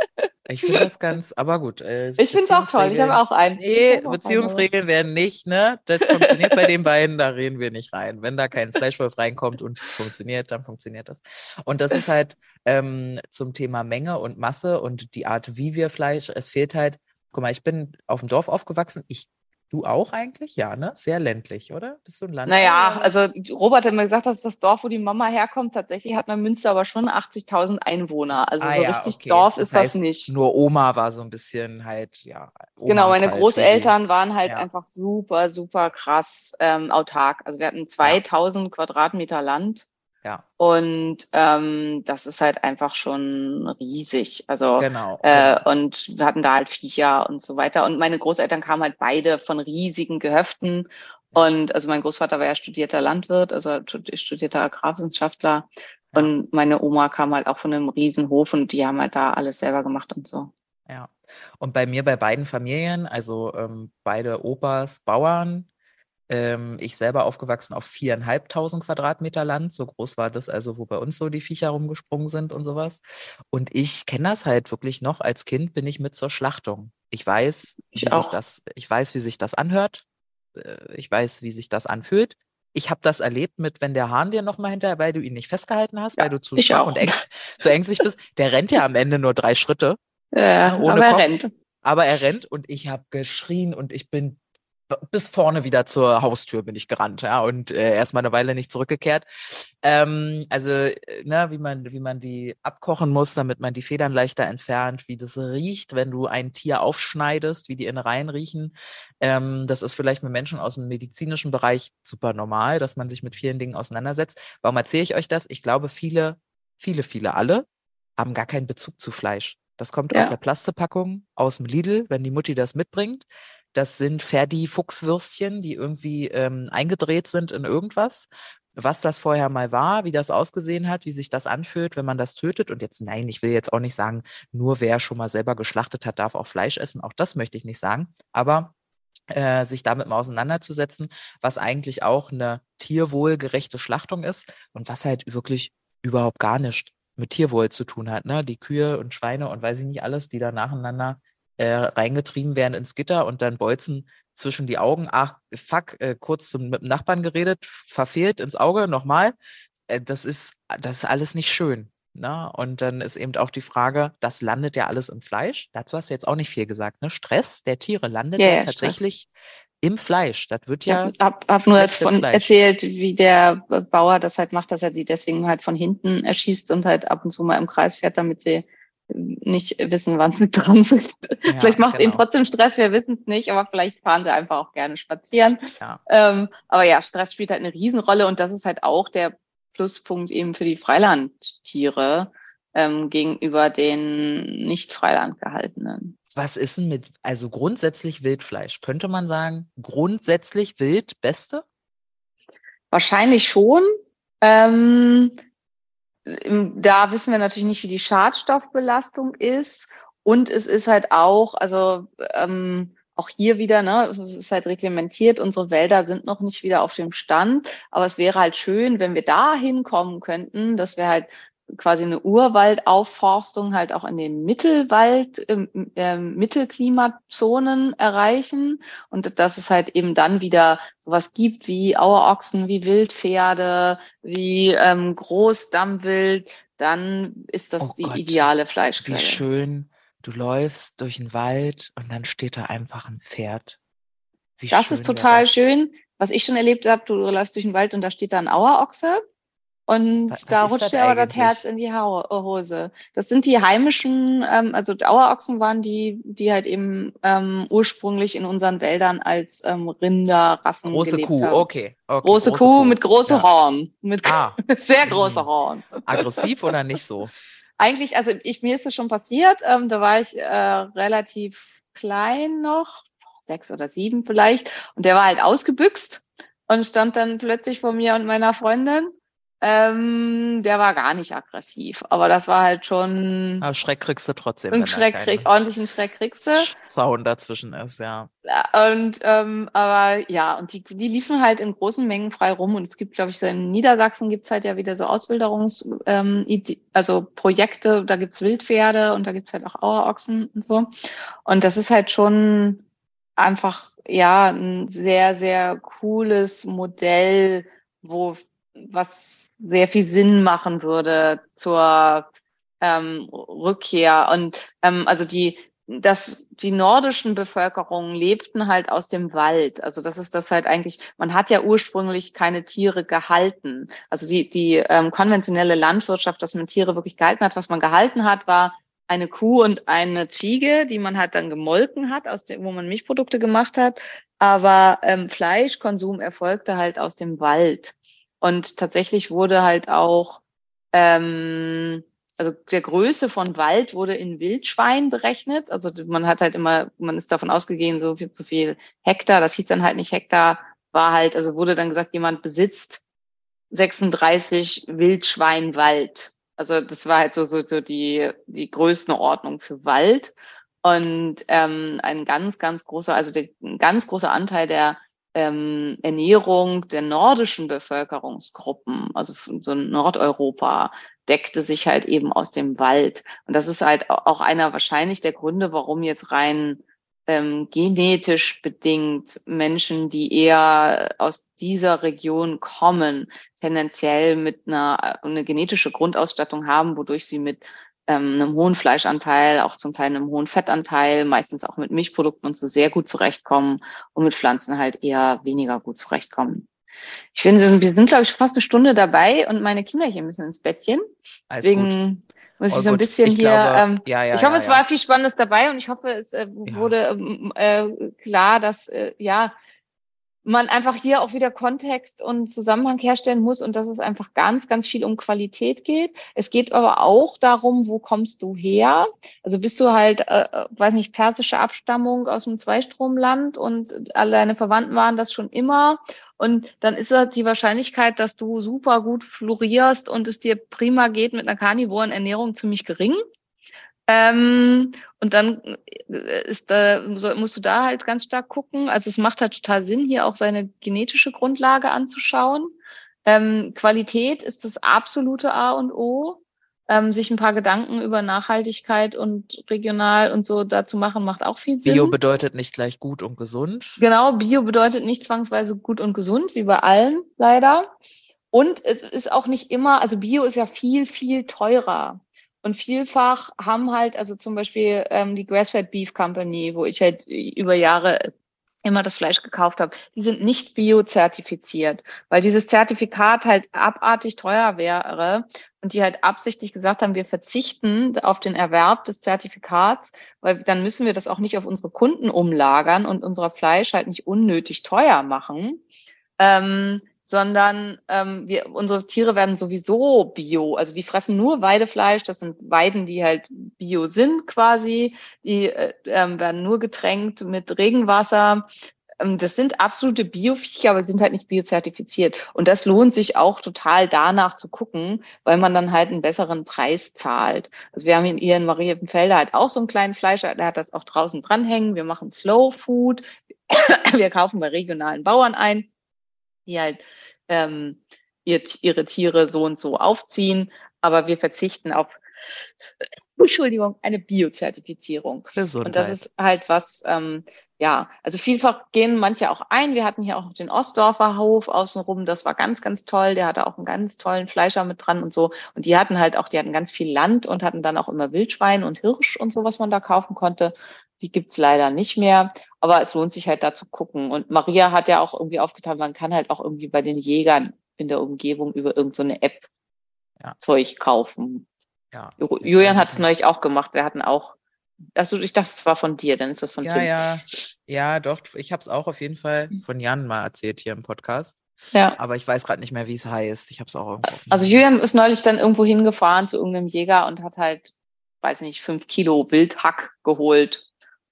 Speaker 2: Ich finde das ganz, aber gut. Äh,
Speaker 5: Ich finde es auch toll. Ich habe auch einen.
Speaker 2: Nee,
Speaker 5: Ich hab auch einen.
Speaker 2: Beziehungsregeln werden nicht, ne? Das funktioniert bei den beiden, da reden wir nicht rein. Wenn da kein Fleischwolf reinkommt und funktioniert, dann funktioniert das. Und das ist halt ähm, zum Thema Menge und Masse und die Art, wie wir Fleisch, es fehlt halt, guck mal, ich bin auf dem Dorf aufgewachsen, ich, du auch eigentlich? Ja, ne? Sehr ländlich, oder? Bist du ein Landau?
Speaker 5: Naja,
Speaker 2: oder?
Speaker 5: also Robert hat mir gesagt, dass das Dorf, wo die Mama herkommt, tatsächlich hat Neumünster aber schon achtzigtausend Einwohner. Also
Speaker 2: Ah
Speaker 5: so
Speaker 2: ja,
Speaker 5: richtig
Speaker 2: okay.
Speaker 5: Dorf
Speaker 2: Das
Speaker 5: ist das
Speaker 2: heißt,
Speaker 5: nicht.
Speaker 2: nur Oma war so ein bisschen halt, ja, Oma
Speaker 5: Genau,
Speaker 2: ist
Speaker 5: meine
Speaker 2: halt, wie sie,
Speaker 5: Großeltern waren halt
Speaker 2: ja,
Speaker 5: einfach super, super krass ähm, autark. Also wir hatten
Speaker 2: ja,
Speaker 5: zweitausend Quadratmeter Land
Speaker 2: ja,
Speaker 5: und ähm, das ist halt einfach schon riesig. Also
Speaker 2: genau,
Speaker 5: äh,
Speaker 2: genau.
Speaker 5: und wir hatten da halt Viecher und so weiter. Und meine Großeltern kamen halt beide von riesigen Gehöften.
Speaker 2: Ja,
Speaker 5: Und also mein Großvater war ja studierter Landwirt, also studi- studierter Agrarwissenschaftler.
Speaker 2: ja,
Speaker 5: Und meine Oma kam halt auch von einem Riesenhof und die haben halt da alles selber gemacht und so.
Speaker 2: ja. Und bei mir, bei beiden Familien, also ähm, beide Opas Bauern, ähm, ich selber aufgewachsen auf viereinhalbtausend Quadratmeter Land, so groß war das also, wo bei uns so die Viecher rumgesprungen sind und sowas. Und ich kenne das halt wirklich noch, als Kind bin ich mit zur Schlachtung. Ich weiß,
Speaker 5: Ich
Speaker 2: wie sich
Speaker 5: auch.
Speaker 2: das, ich weiß, wie sich das anhört. Äh, Ich weiß, wie sich das anfühlt. Ich habe das erlebt mit, wenn der Hahn dir nochmal hinterher, weil du ihn nicht festgehalten hast, weil
Speaker 5: Ja,
Speaker 2: du zu
Speaker 5: ich
Speaker 2: schwach
Speaker 5: auch.
Speaker 2: und ängst, zu ängstlich bist. Der rennt ja am Ende nur drei Schritte, ne,
Speaker 5: Ja,
Speaker 2: ohne
Speaker 5: aber er
Speaker 2: Kopf.
Speaker 5: rennt.
Speaker 2: Aber er rennt und ich habe geschrien und ich bin b- bis vorne wieder zur Haustür bin ich gerannt, ja, und äh, erst mal eine Weile nicht zurückgekehrt. Ähm, also, äh, ne, wie man, wie man die abkochen muss, damit man die Federn leichter entfernt, wie das riecht, wenn du ein Tier aufschneidest, wie die Innereien riechen. Ähm, das ist vielleicht mit Menschen aus dem medizinischen Bereich super normal, dass man sich mit vielen Dingen auseinandersetzt. Warum erzähle ich euch das? Ich glaube, viele, viele, viele, alle haben gar keinen Bezug zu Fleisch. Das kommt aus der
Speaker 5: Ja,
Speaker 2: Plastepackung, aus dem Lidl, wenn die Mutti das mitbringt. Das sind Ferdi-Fuchswürstchen, die irgendwie ähm, eingedreht sind in irgendwas. Was das vorher mal war, wie das ausgesehen hat, wie sich das anfühlt, wenn man das tötet. Und jetzt, nein, ich will jetzt auch nicht sagen, nur wer schon mal selber geschlachtet hat, darf auch Fleisch essen. Auch das möchte ich nicht sagen. Aber äh, sich damit mal auseinanderzusetzen, was eigentlich auch eine tierwohlgerechte Schlachtung ist und was halt wirklich überhaupt gar nicht mit Tierwohl zu tun hat. Ne? Die Kühe und Schweine und weiß ich nicht alles, die da nacheinander äh, reingetrieben werden ins Gitter und dann Bolzen zwischen die Augen. Ach, fuck, äh, kurz zum, mit dem Nachbarn geredet, verfehlt ins Auge, nochmal. Äh, das ist, das ist alles nicht schön. Ne? Und dann ist eben auch die Frage, das landet ja alles im Fleisch. Dazu hast du jetzt auch nicht viel gesagt. Ne? Stress der Tiere landet
Speaker 5: ja,
Speaker 2: ja
Speaker 5: ja, Stress.
Speaker 2: tatsächlich im Fleisch. Das wird
Speaker 5: Ich habe
Speaker 2: ja
Speaker 5: hab, hab nur
Speaker 2: schlecht im
Speaker 5: davon
Speaker 2: Fleisch.
Speaker 5: erzählt, wie der Bauer das halt macht, dass er die deswegen halt von hinten erschießt und halt ab und zu mal im Kreis fährt, damit sie nicht wissen, wann sie dran sind.
Speaker 2: Ja,
Speaker 5: Vielleicht macht ihnen
Speaker 2: genau.
Speaker 5: trotzdem Stress, wir wissen es nicht, aber vielleicht fahren sie einfach auch gerne spazieren.
Speaker 2: Ja.
Speaker 5: Ähm, aber ja, Stress spielt halt eine Riesenrolle und das ist halt auch der Pluspunkt eben für die Freilandtiere ähm, gegenüber den nicht Freiland gehaltenen.
Speaker 2: Was ist denn mit, also grundsätzlich Wildfleisch? Könnte man sagen, grundsätzlich Wild Beste?
Speaker 5: Wahrscheinlich schon. Ähm, Da wissen wir natürlich nicht, wie die Schadstoffbelastung ist. Und es ist halt auch, also ähm, auch hier wieder, ne, es ist halt reglementiert, unsere Wälder sind noch nicht wieder auf dem Stand. Aber es wäre halt schön, wenn wir da hinkommen könnten, dass wir halt quasi eine Urwaldaufforstung halt auch in den Mittelwald, ähm, äh, Mittelklimazonen erreichen und dass es halt eben dann wieder sowas gibt wie Auerochsen, wie Wildpferde, wie ähm, Großdammwild, dann ist das
Speaker 2: Oh
Speaker 5: die
Speaker 2: Gott,
Speaker 5: ideale
Speaker 2: wie
Speaker 5: Fleischquelle.
Speaker 2: schön. Du läufst durch den Wald und dann steht da einfach ein Pferd. Wie
Speaker 5: Das ist
Speaker 2: schön wäre
Speaker 5: total
Speaker 2: das?
Speaker 5: schön. Was ich schon erlebt habe, du läufst durch den Wald und da steht da ein Auerochse. Und
Speaker 2: Was, was
Speaker 5: da
Speaker 2: ist
Speaker 5: rutscht
Speaker 2: das
Speaker 5: dir aber das Herz
Speaker 2: eigentlich?
Speaker 5: in die Hau- Hose. Das sind die heimischen, ähm, also die Auerochsen waren die, die halt eben ähm, ursprünglich in unseren Wäldern als ähm, Rinderrassen
Speaker 2: Große
Speaker 5: gelebt
Speaker 2: Kuh,
Speaker 5: haben.
Speaker 2: okay, okay,
Speaker 5: Große
Speaker 2: große
Speaker 5: Kuh
Speaker 2: Kuh.
Speaker 5: mit große
Speaker 2: Ja.
Speaker 5: Horn, mit
Speaker 2: Ah,
Speaker 5: sehr große
Speaker 2: mm.
Speaker 5: Horn.
Speaker 2: Aggressiv oder nicht so?
Speaker 5: Eigentlich, also ich, mir ist es schon passiert, ähm, da war ich äh, relativ klein noch, sechs oder sieben vielleicht, und der war halt ausgebüxt und stand dann plötzlich vor mir und meiner Freundin. Ähm, der war gar nicht aggressiv, aber das war halt schon
Speaker 2: Aber Schreck kriegst du trotzdem,
Speaker 5: ein
Speaker 2: wenn da
Speaker 5: Schreck, krieg,
Speaker 2: kein
Speaker 5: ordentlichen Schreck kriegst du.
Speaker 2: Zaun dazwischen ist, ja.
Speaker 5: Und ähm, aber ja, und die, die liefen halt in großen Mengen frei rum. Und es gibt, glaube ich, so in Niedersachsen gibt's halt ja wieder so Auswilderungs, ähm, Ide- also Projekte, da gibt's Wildpferde und da gibt's halt auch Auerochsen und so. Und das ist halt schon einfach, ja, ein sehr, sehr cooles Modell, wo was sehr viel Sinn machen würde zur ähm, Rückkehr. Und ähm, also die dass die nordischen Bevölkerungen lebten halt aus dem Wald. Also das ist das halt eigentlich, man hat ja ursprünglich keine Tiere gehalten. Also die, die ähm, konventionelle Landwirtschaft, dass man Tiere wirklich gehalten hat, was man gehalten hat, war eine Kuh und eine Ziege, die man halt dann gemolken hat, aus dem, wo man Milchprodukte gemacht hat. Aber ähm, Fleischkonsum erfolgte halt aus dem Wald. Und tatsächlich wurde halt auch ähm, also der Größe von Wald wurde in Wildschwein berechnet. Also man hat halt immer, man ist davon ausgegangen, so viel zu viel Hektar. Das hieß dann halt nicht Hektar, war halt, also wurde dann gesagt, jemand besitzt sechsunddreißig Wildschweinwald. Also das war halt so, so, so die, die Größenordnung für Wald. Und ähm, ein ganz, ganz großer, also der, ein ganz großer Anteil der ähm, Ernährung der nordischen Bevölkerungsgruppen, also so Nordeuropa, deckte sich halt eben aus dem Wald. Und das ist halt auch einer wahrscheinlich der Gründe, warum jetzt rein ähm, genetisch bedingt Menschen, die eher aus dieser Region kommen, tendenziell mit einer eine genetische Grundausstattung haben, wodurch sie mit ähm, einem hohen Fleischanteil, auch zum Teil einem hohen Fettanteil, meistens auch mit Milchprodukten und so sehr gut zurechtkommen und mit Pflanzen halt eher weniger gut zurechtkommen. Ich finde, wir sind, glaube ich, fast eine Stunde dabei und meine Kinder hier müssen ins Bettchen.
Speaker 2: Alles
Speaker 5: Deswegen
Speaker 2: gut.
Speaker 5: muss
Speaker 2: All
Speaker 5: ich so ein
Speaker 2: gut.
Speaker 5: bisschen
Speaker 2: Ich
Speaker 5: hier.
Speaker 2: glaube,
Speaker 5: Ähm,
Speaker 2: ja, ja,
Speaker 5: ich hoffe,
Speaker 2: ja,
Speaker 5: es
Speaker 2: ja.
Speaker 5: war viel Spannendes dabei und ich hoffe, es äh,
Speaker 2: Ja.
Speaker 5: wurde ähm, äh, klar, dass äh, ja man einfach hier auch wieder Kontext und Zusammenhang herstellen muss und dass es einfach ganz, ganz viel um Qualität geht. Es geht aber auch darum, wo kommst du her? Also bist du halt, äh, weiß nicht, persische Abstammung aus dem Zweistromland und alle deine Verwandten waren das schon immer. Und dann ist halt die Wahrscheinlichkeit, dass du super gut florierst und es dir prima geht mit einer karnivoren Ernährung ziemlich gering. Ähm, und dann ist da, so, musst du da halt ganz stark gucken. Also es macht halt total Sinn, hier auch seine genetische Grundlage anzuschauen. Ähm, Qualität ist das absolute A und O. Ähm, sich ein paar Gedanken über Nachhaltigkeit und regional und so dazu machen, macht auch viel Sinn.
Speaker 2: Bio bedeutet nicht gleich gut und gesund.
Speaker 5: Genau, Bio bedeutet nicht zwangsweise gut und gesund, wie bei allen leider. Und es ist auch nicht immer, also Bio ist ja viel, viel teurer. Und vielfach haben halt, also zum Beispiel ähm, die Grass-Fed Beef Company, wo ich halt über Jahre immer das Fleisch gekauft habe, die sind nicht bio-zertifiziert, weil dieses Zertifikat halt abartig teuer wäre und die halt absichtlich gesagt haben, wir verzichten auf den Erwerb des Zertifikats, weil dann müssen wir das auch nicht auf unsere Kunden umlagern und unser Fleisch halt nicht unnötig teuer machen. Ähm, sondern ähm, wir, unsere Tiere werden sowieso bio. Also die fressen nur Weidefleisch. Das sind Weiden, die halt bio sind quasi. Die äh, ähm, werden nur getränkt mit Regenwasser. Ähm, das sind absolute Bioviecher, aber sind halt nicht biozertifiziert. Und das lohnt sich auch total danach zu gucken, weil man dann halt einen besseren Preis zahlt. Also wir haben hier in Marienfelder halt auch so einen kleinen Fleischer, der hat das auch draußen dranhängen. Wir machen Slow Food. Wir kaufen bei regionalen Bauern ein, die halt ähm, ihr, ihre Tiere so und so aufziehen, aber wir verzichten auf, Entschuldigung, eine Biozertifizierung.
Speaker 2: Gesundheit.
Speaker 5: Und das ist halt was, ähm, ja, also vielfach gehen manche auch ein. Wir hatten hier auch noch den Ostdorfer Hof außenrum, das war ganz, ganz toll. Der hatte auch einen ganz tollen Fleischer mit dran und so. Und die hatten halt auch, die hatten ganz viel Land und hatten dann auch immer Wildschwein und Hirsch und so, was man da kaufen konnte. Die gibt's leider nicht mehr, aber es lohnt sich halt da zu gucken. Und Maria hat ja auch irgendwie aufgetan, man kann halt auch irgendwie bei den Jägern in der Umgebung über irgendeine App
Speaker 2: Ja.
Speaker 5: Zeug kaufen.
Speaker 2: Ja,
Speaker 5: Julian
Speaker 2: weiß
Speaker 5: hat
Speaker 2: ich
Speaker 5: es
Speaker 2: nicht.
Speaker 5: neulich auch gemacht. Wir hatten auch, also ich dachte, es war von dir, dann ist das von
Speaker 2: Ja,
Speaker 5: Tim.
Speaker 2: ja, ja, doch. Ich habe es auch auf jeden Fall von Jan mal erzählt hier im Podcast.
Speaker 5: Ja.
Speaker 2: Aber ich weiß gerade nicht mehr, wie es heißt. Ich habe es auch irgendwo auf dem
Speaker 5: Also
Speaker 2: Handy.
Speaker 5: Julian ist neulich dann irgendwo hingefahren zu irgendeinem Jäger und hat halt, weiß nicht, fünf Kilo Wildhack geholt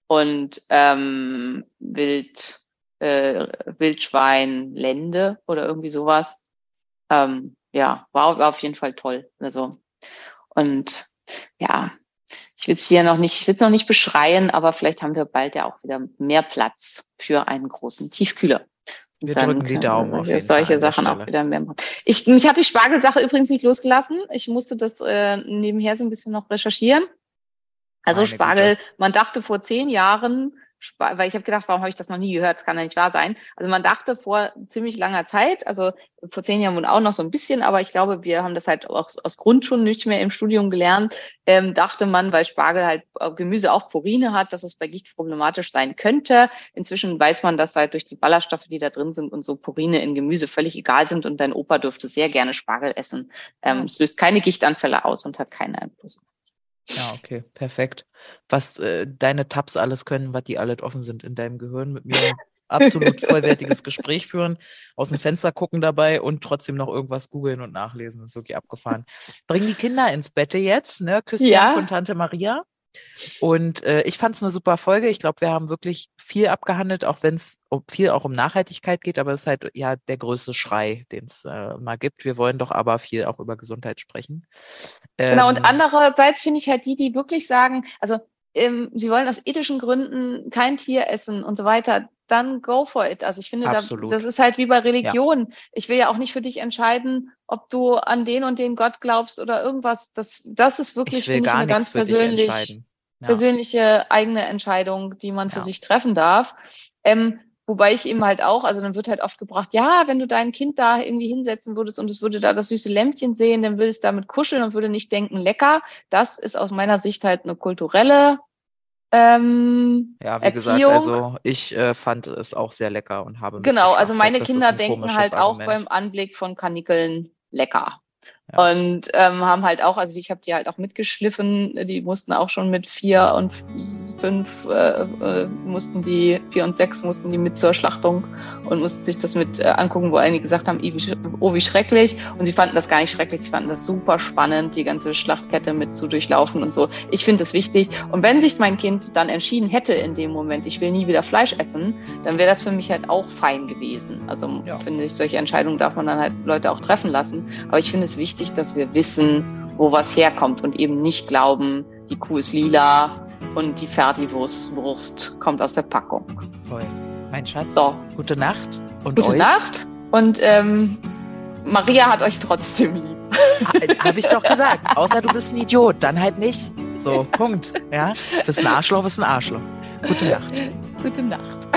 Speaker 5: und ähm, Wild, äh, Wildschwein, Lende oder irgendwie sowas. Ähm, ja, war, war auf jeden Fall toll. Also und ja, ich will es hier noch nicht, ich will es noch nicht beschreien, aber vielleicht haben wir bald ja auch wieder mehr Platz für einen großen Tiefkühler. Und
Speaker 2: Wir
Speaker 5: dann
Speaker 2: drücken die
Speaker 5: können
Speaker 2: Daumen
Speaker 5: wir
Speaker 2: auf jeden Fall
Speaker 5: solche
Speaker 2: an der
Speaker 5: Sachen auch
Speaker 2: Stelle.
Speaker 5: wieder mehr machen. Ich, mich hat die Spargelsache übrigens nicht losgelassen. Ich musste das äh, nebenher so ein bisschen noch recherchieren. Also
Speaker 2: Meine
Speaker 5: Spargel,
Speaker 2: Güte.
Speaker 5: man dachte vor zehn Jahren, Spa- weil ich habe gedacht, warum habe ich das noch nie gehört? Das kann ja nicht wahr sein. Also man dachte vor ziemlich langer Zeit, also vor zehn Jahren und auch noch so ein bisschen, aber ich glaube, wir haben das halt auch aus Grundschulen nicht mehr im Studium gelernt, ähm, dachte man, weil Spargel halt äh, Gemüse auch Purine hat, dass es bei Gicht problematisch sein könnte. Inzwischen weiß man, dass halt durch die Ballaststoffe, die da drin sind und so Purine in Gemüse völlig egal sind und dein Opa dürfte sehr gerne Spargel essen. Ähm,
Speaker 2: Ja.
Speaker 5: Es löst keine Gichtanfälle aus und hat keine Einfluss.
Speaker 2: Ja, okay, perfekt. Was äh, deine Tabs alles können, was die alles offen sind in deinem Gehirn, mit mir ein absolut vollwertiges Gespräch führen, aus dem Fenster gucken dabei und trotzdem noch irgendwas googeln und nachlesen. Das ist wirklich abgefahren. Bring die Kinder ins Bett jetzt, ne? Küsschen
Speaker 5: Ja.
Speaker 2: von Tante Maria. Und äh, ich fand es eine super Folge. Ich glaube, wir haben wirklich viel abgehandelt, auch wenn es um, viel auch um Nachhaltigkeit geht, aber es ist halt ja der größte Schrei, den es äh, mal gibt. Wir wollen doch aber viel auch über Gesundheit sprechen.
Speaker 5: Genau,
Speaker 2: Ähm,
Speaker 5: und andererseits finde ich halt die, die wirklich sagen, also ähm, sie wollen aus ethischen Gründen kein Tier essen und so weiter, dann go for it. Also ich finde, da,
Speaker 2: Absolut.
Speaker 5: das ist halt wie bei Religion. Ich will ja auch nicht für dich entscheiden, ob du an den und den Gott glaubst oder irgendwas. Das, das ist wirklich,
Speaker 2: ich will
Speaker 5: finde ich,
Speaker 2: gar
Speaker 5: eine ganz
Speaker 2: nichts für dich
Speaker 5: persönlich,
Speaker 2: entscheiden. Ja.
Speaker 5: persönliche eigene Entscheidung, die man für
Speaker 2: Ja.
Speaker 5: sich treffen darf. Ähm, Wobei ich eben halt auch, also dann wird halt oft gebracht, ja, wenn du dein Kind da irgendwie hinsetzen würdest und es würde da das süße Lämpchen sehen, dann würde es damit kuscheln und würde nicht denken, lecker. Das ist aus meiner Sicht halt eine kulturelle ähm,
Speaker 2: Ja, wie
Speaker 5: Erziehung.
Speaker 2: gesagt, also ich äh, fand es auch sehr lecker und habe
Speaker 5: Genau,
Speaker 2: mitgeschafft.
Speaker 5: also meine
Speaker 2: Das ist
Speaker 5: Kinder
Speaker 2: ein
Speaker 5: denken
Speaker 2: komisches
Speaker 5: halt auch
Speaker 2: Argument.
Speaker 5: beim Anblick von Karnickeln lecker.
Speaker 2: Ja.
Speaker 5: Und ähm, haben halt auch, also ich habe die halt auch mitgeschliffen, die mussten auch schon mit vier und fünf, äh, äh, mussten die, vier und sechs mussten die mit zur Schlachtung und mussten sich das mit äh, angucken, wo einige gesagt haben, wie, oh wie schrecklich. Und sie fanden das gar nicht schrecklich, sie fanden das super spannend, die ganze Schlachtkette mit zu durchlaufen und so. Ich finde das wichtig. Und wenn sich mein Kind dann entschieden hätte in dem Moment, ich will nie wieder Fleisch essen, dann wäre das für mich halt auch fein gewesen. Also
Speaker 2: Ja.
Speaker 5: finde ich, solche Entscheidungen darf man dann halt Leute auch treffen lassen. Aber ich finde es wichtig, dass wir wissen, wo was herkommt und eben nicht glauben, die Kuh ist lila und die Ferdi-Wurst Wurst kommt aus der Packung.
Speaker 2: Toll. Mein Schatz,
Speaker 5: So,
Speaker 2: gute Nacht und
Speaker 5: gute
Speaker 2: euch.
Speaker 5: Nacht und ähm, Maria hat euch trotzdem lieb.
Speaker 2: Habe ich doch gesagt. Außer du bist ein Idiot, dann halt nicht. So, Punkt. Ja, bist ein Arschloch, bist ein Arschloch. Gute Nacht.
Speaker 5: Gute Nacht.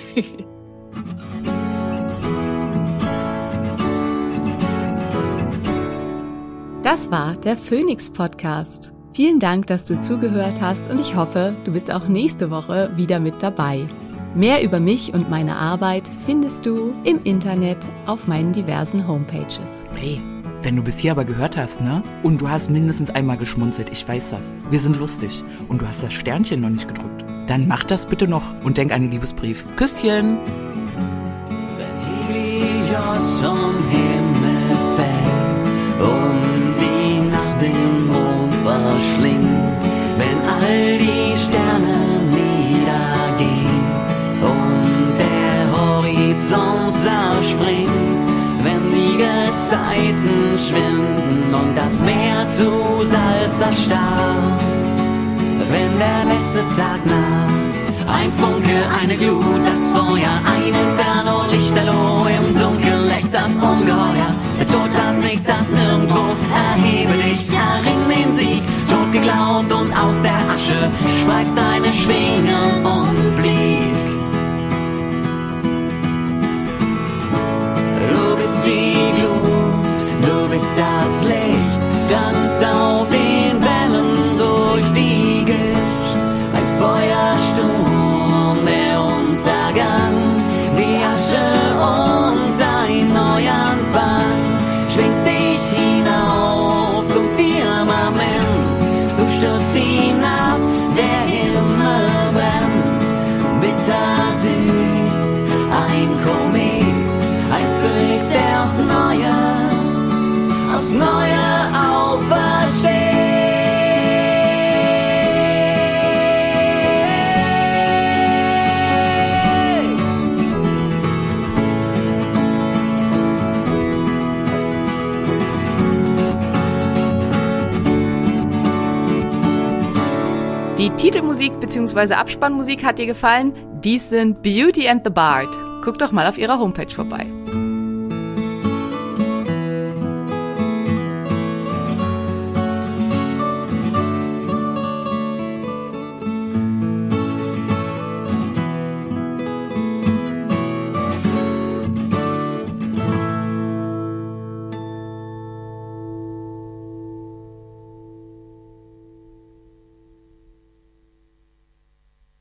Speaker 4: Das war der Phoenix Podcast. Vielen Dank, dass du zugehört hast und ich hoffe, du bist auch nächste Woche wieder mit dabei. Mehr über mich und meine Arbeit findest du im Internet auf meinen diversen Homepages.
Speaker 7: Hey, wenn du bis hier aber gehört hast, ne? Und du hast mindestens einmal geschmunzelt, ich weiß das. Wir sind lustig. Und du hast das Sternchen noch nicht gedrückt. Dann mach das bitte noch und denk an den Liebesbrief. Küsschen!
Speaker 3: Wenn Helios vom Himmel fällt und die Nacht den Mond verschlingt, wenn all die Sterne niedergehen und der Horizont zerspringt, wenn die Gezeiten schwinden und das Meer zu Salz erstarrt, wenn der letzte Tag naht, ein Funke, eine Glut, das Feuer, ein Inferno, Lichterloh, im Dunkeln lächst das Ungeheuer, der Tod, das Nichts, das Nirgendwo, erhebe dich, erring den Sieg, tot geglaubt und aus der Asche, spreiz deine Schwingen und flieg. Du bist die Glut, du bist das Licht, tanz auf den Wellen durch die Gischt, ein Feuersturm, der Untergang, die Asche und ein Neuanfang, schwingst dich hinauf zum Firmament, du stürzt hinab, der Himmel brennt,
Speaker 1: Die Titelmusik bzw. Abspannmusik hat dir gefallen? Dies sind Beauty and the Bard. Guck doch mal auf ihrer Homepage vorbei.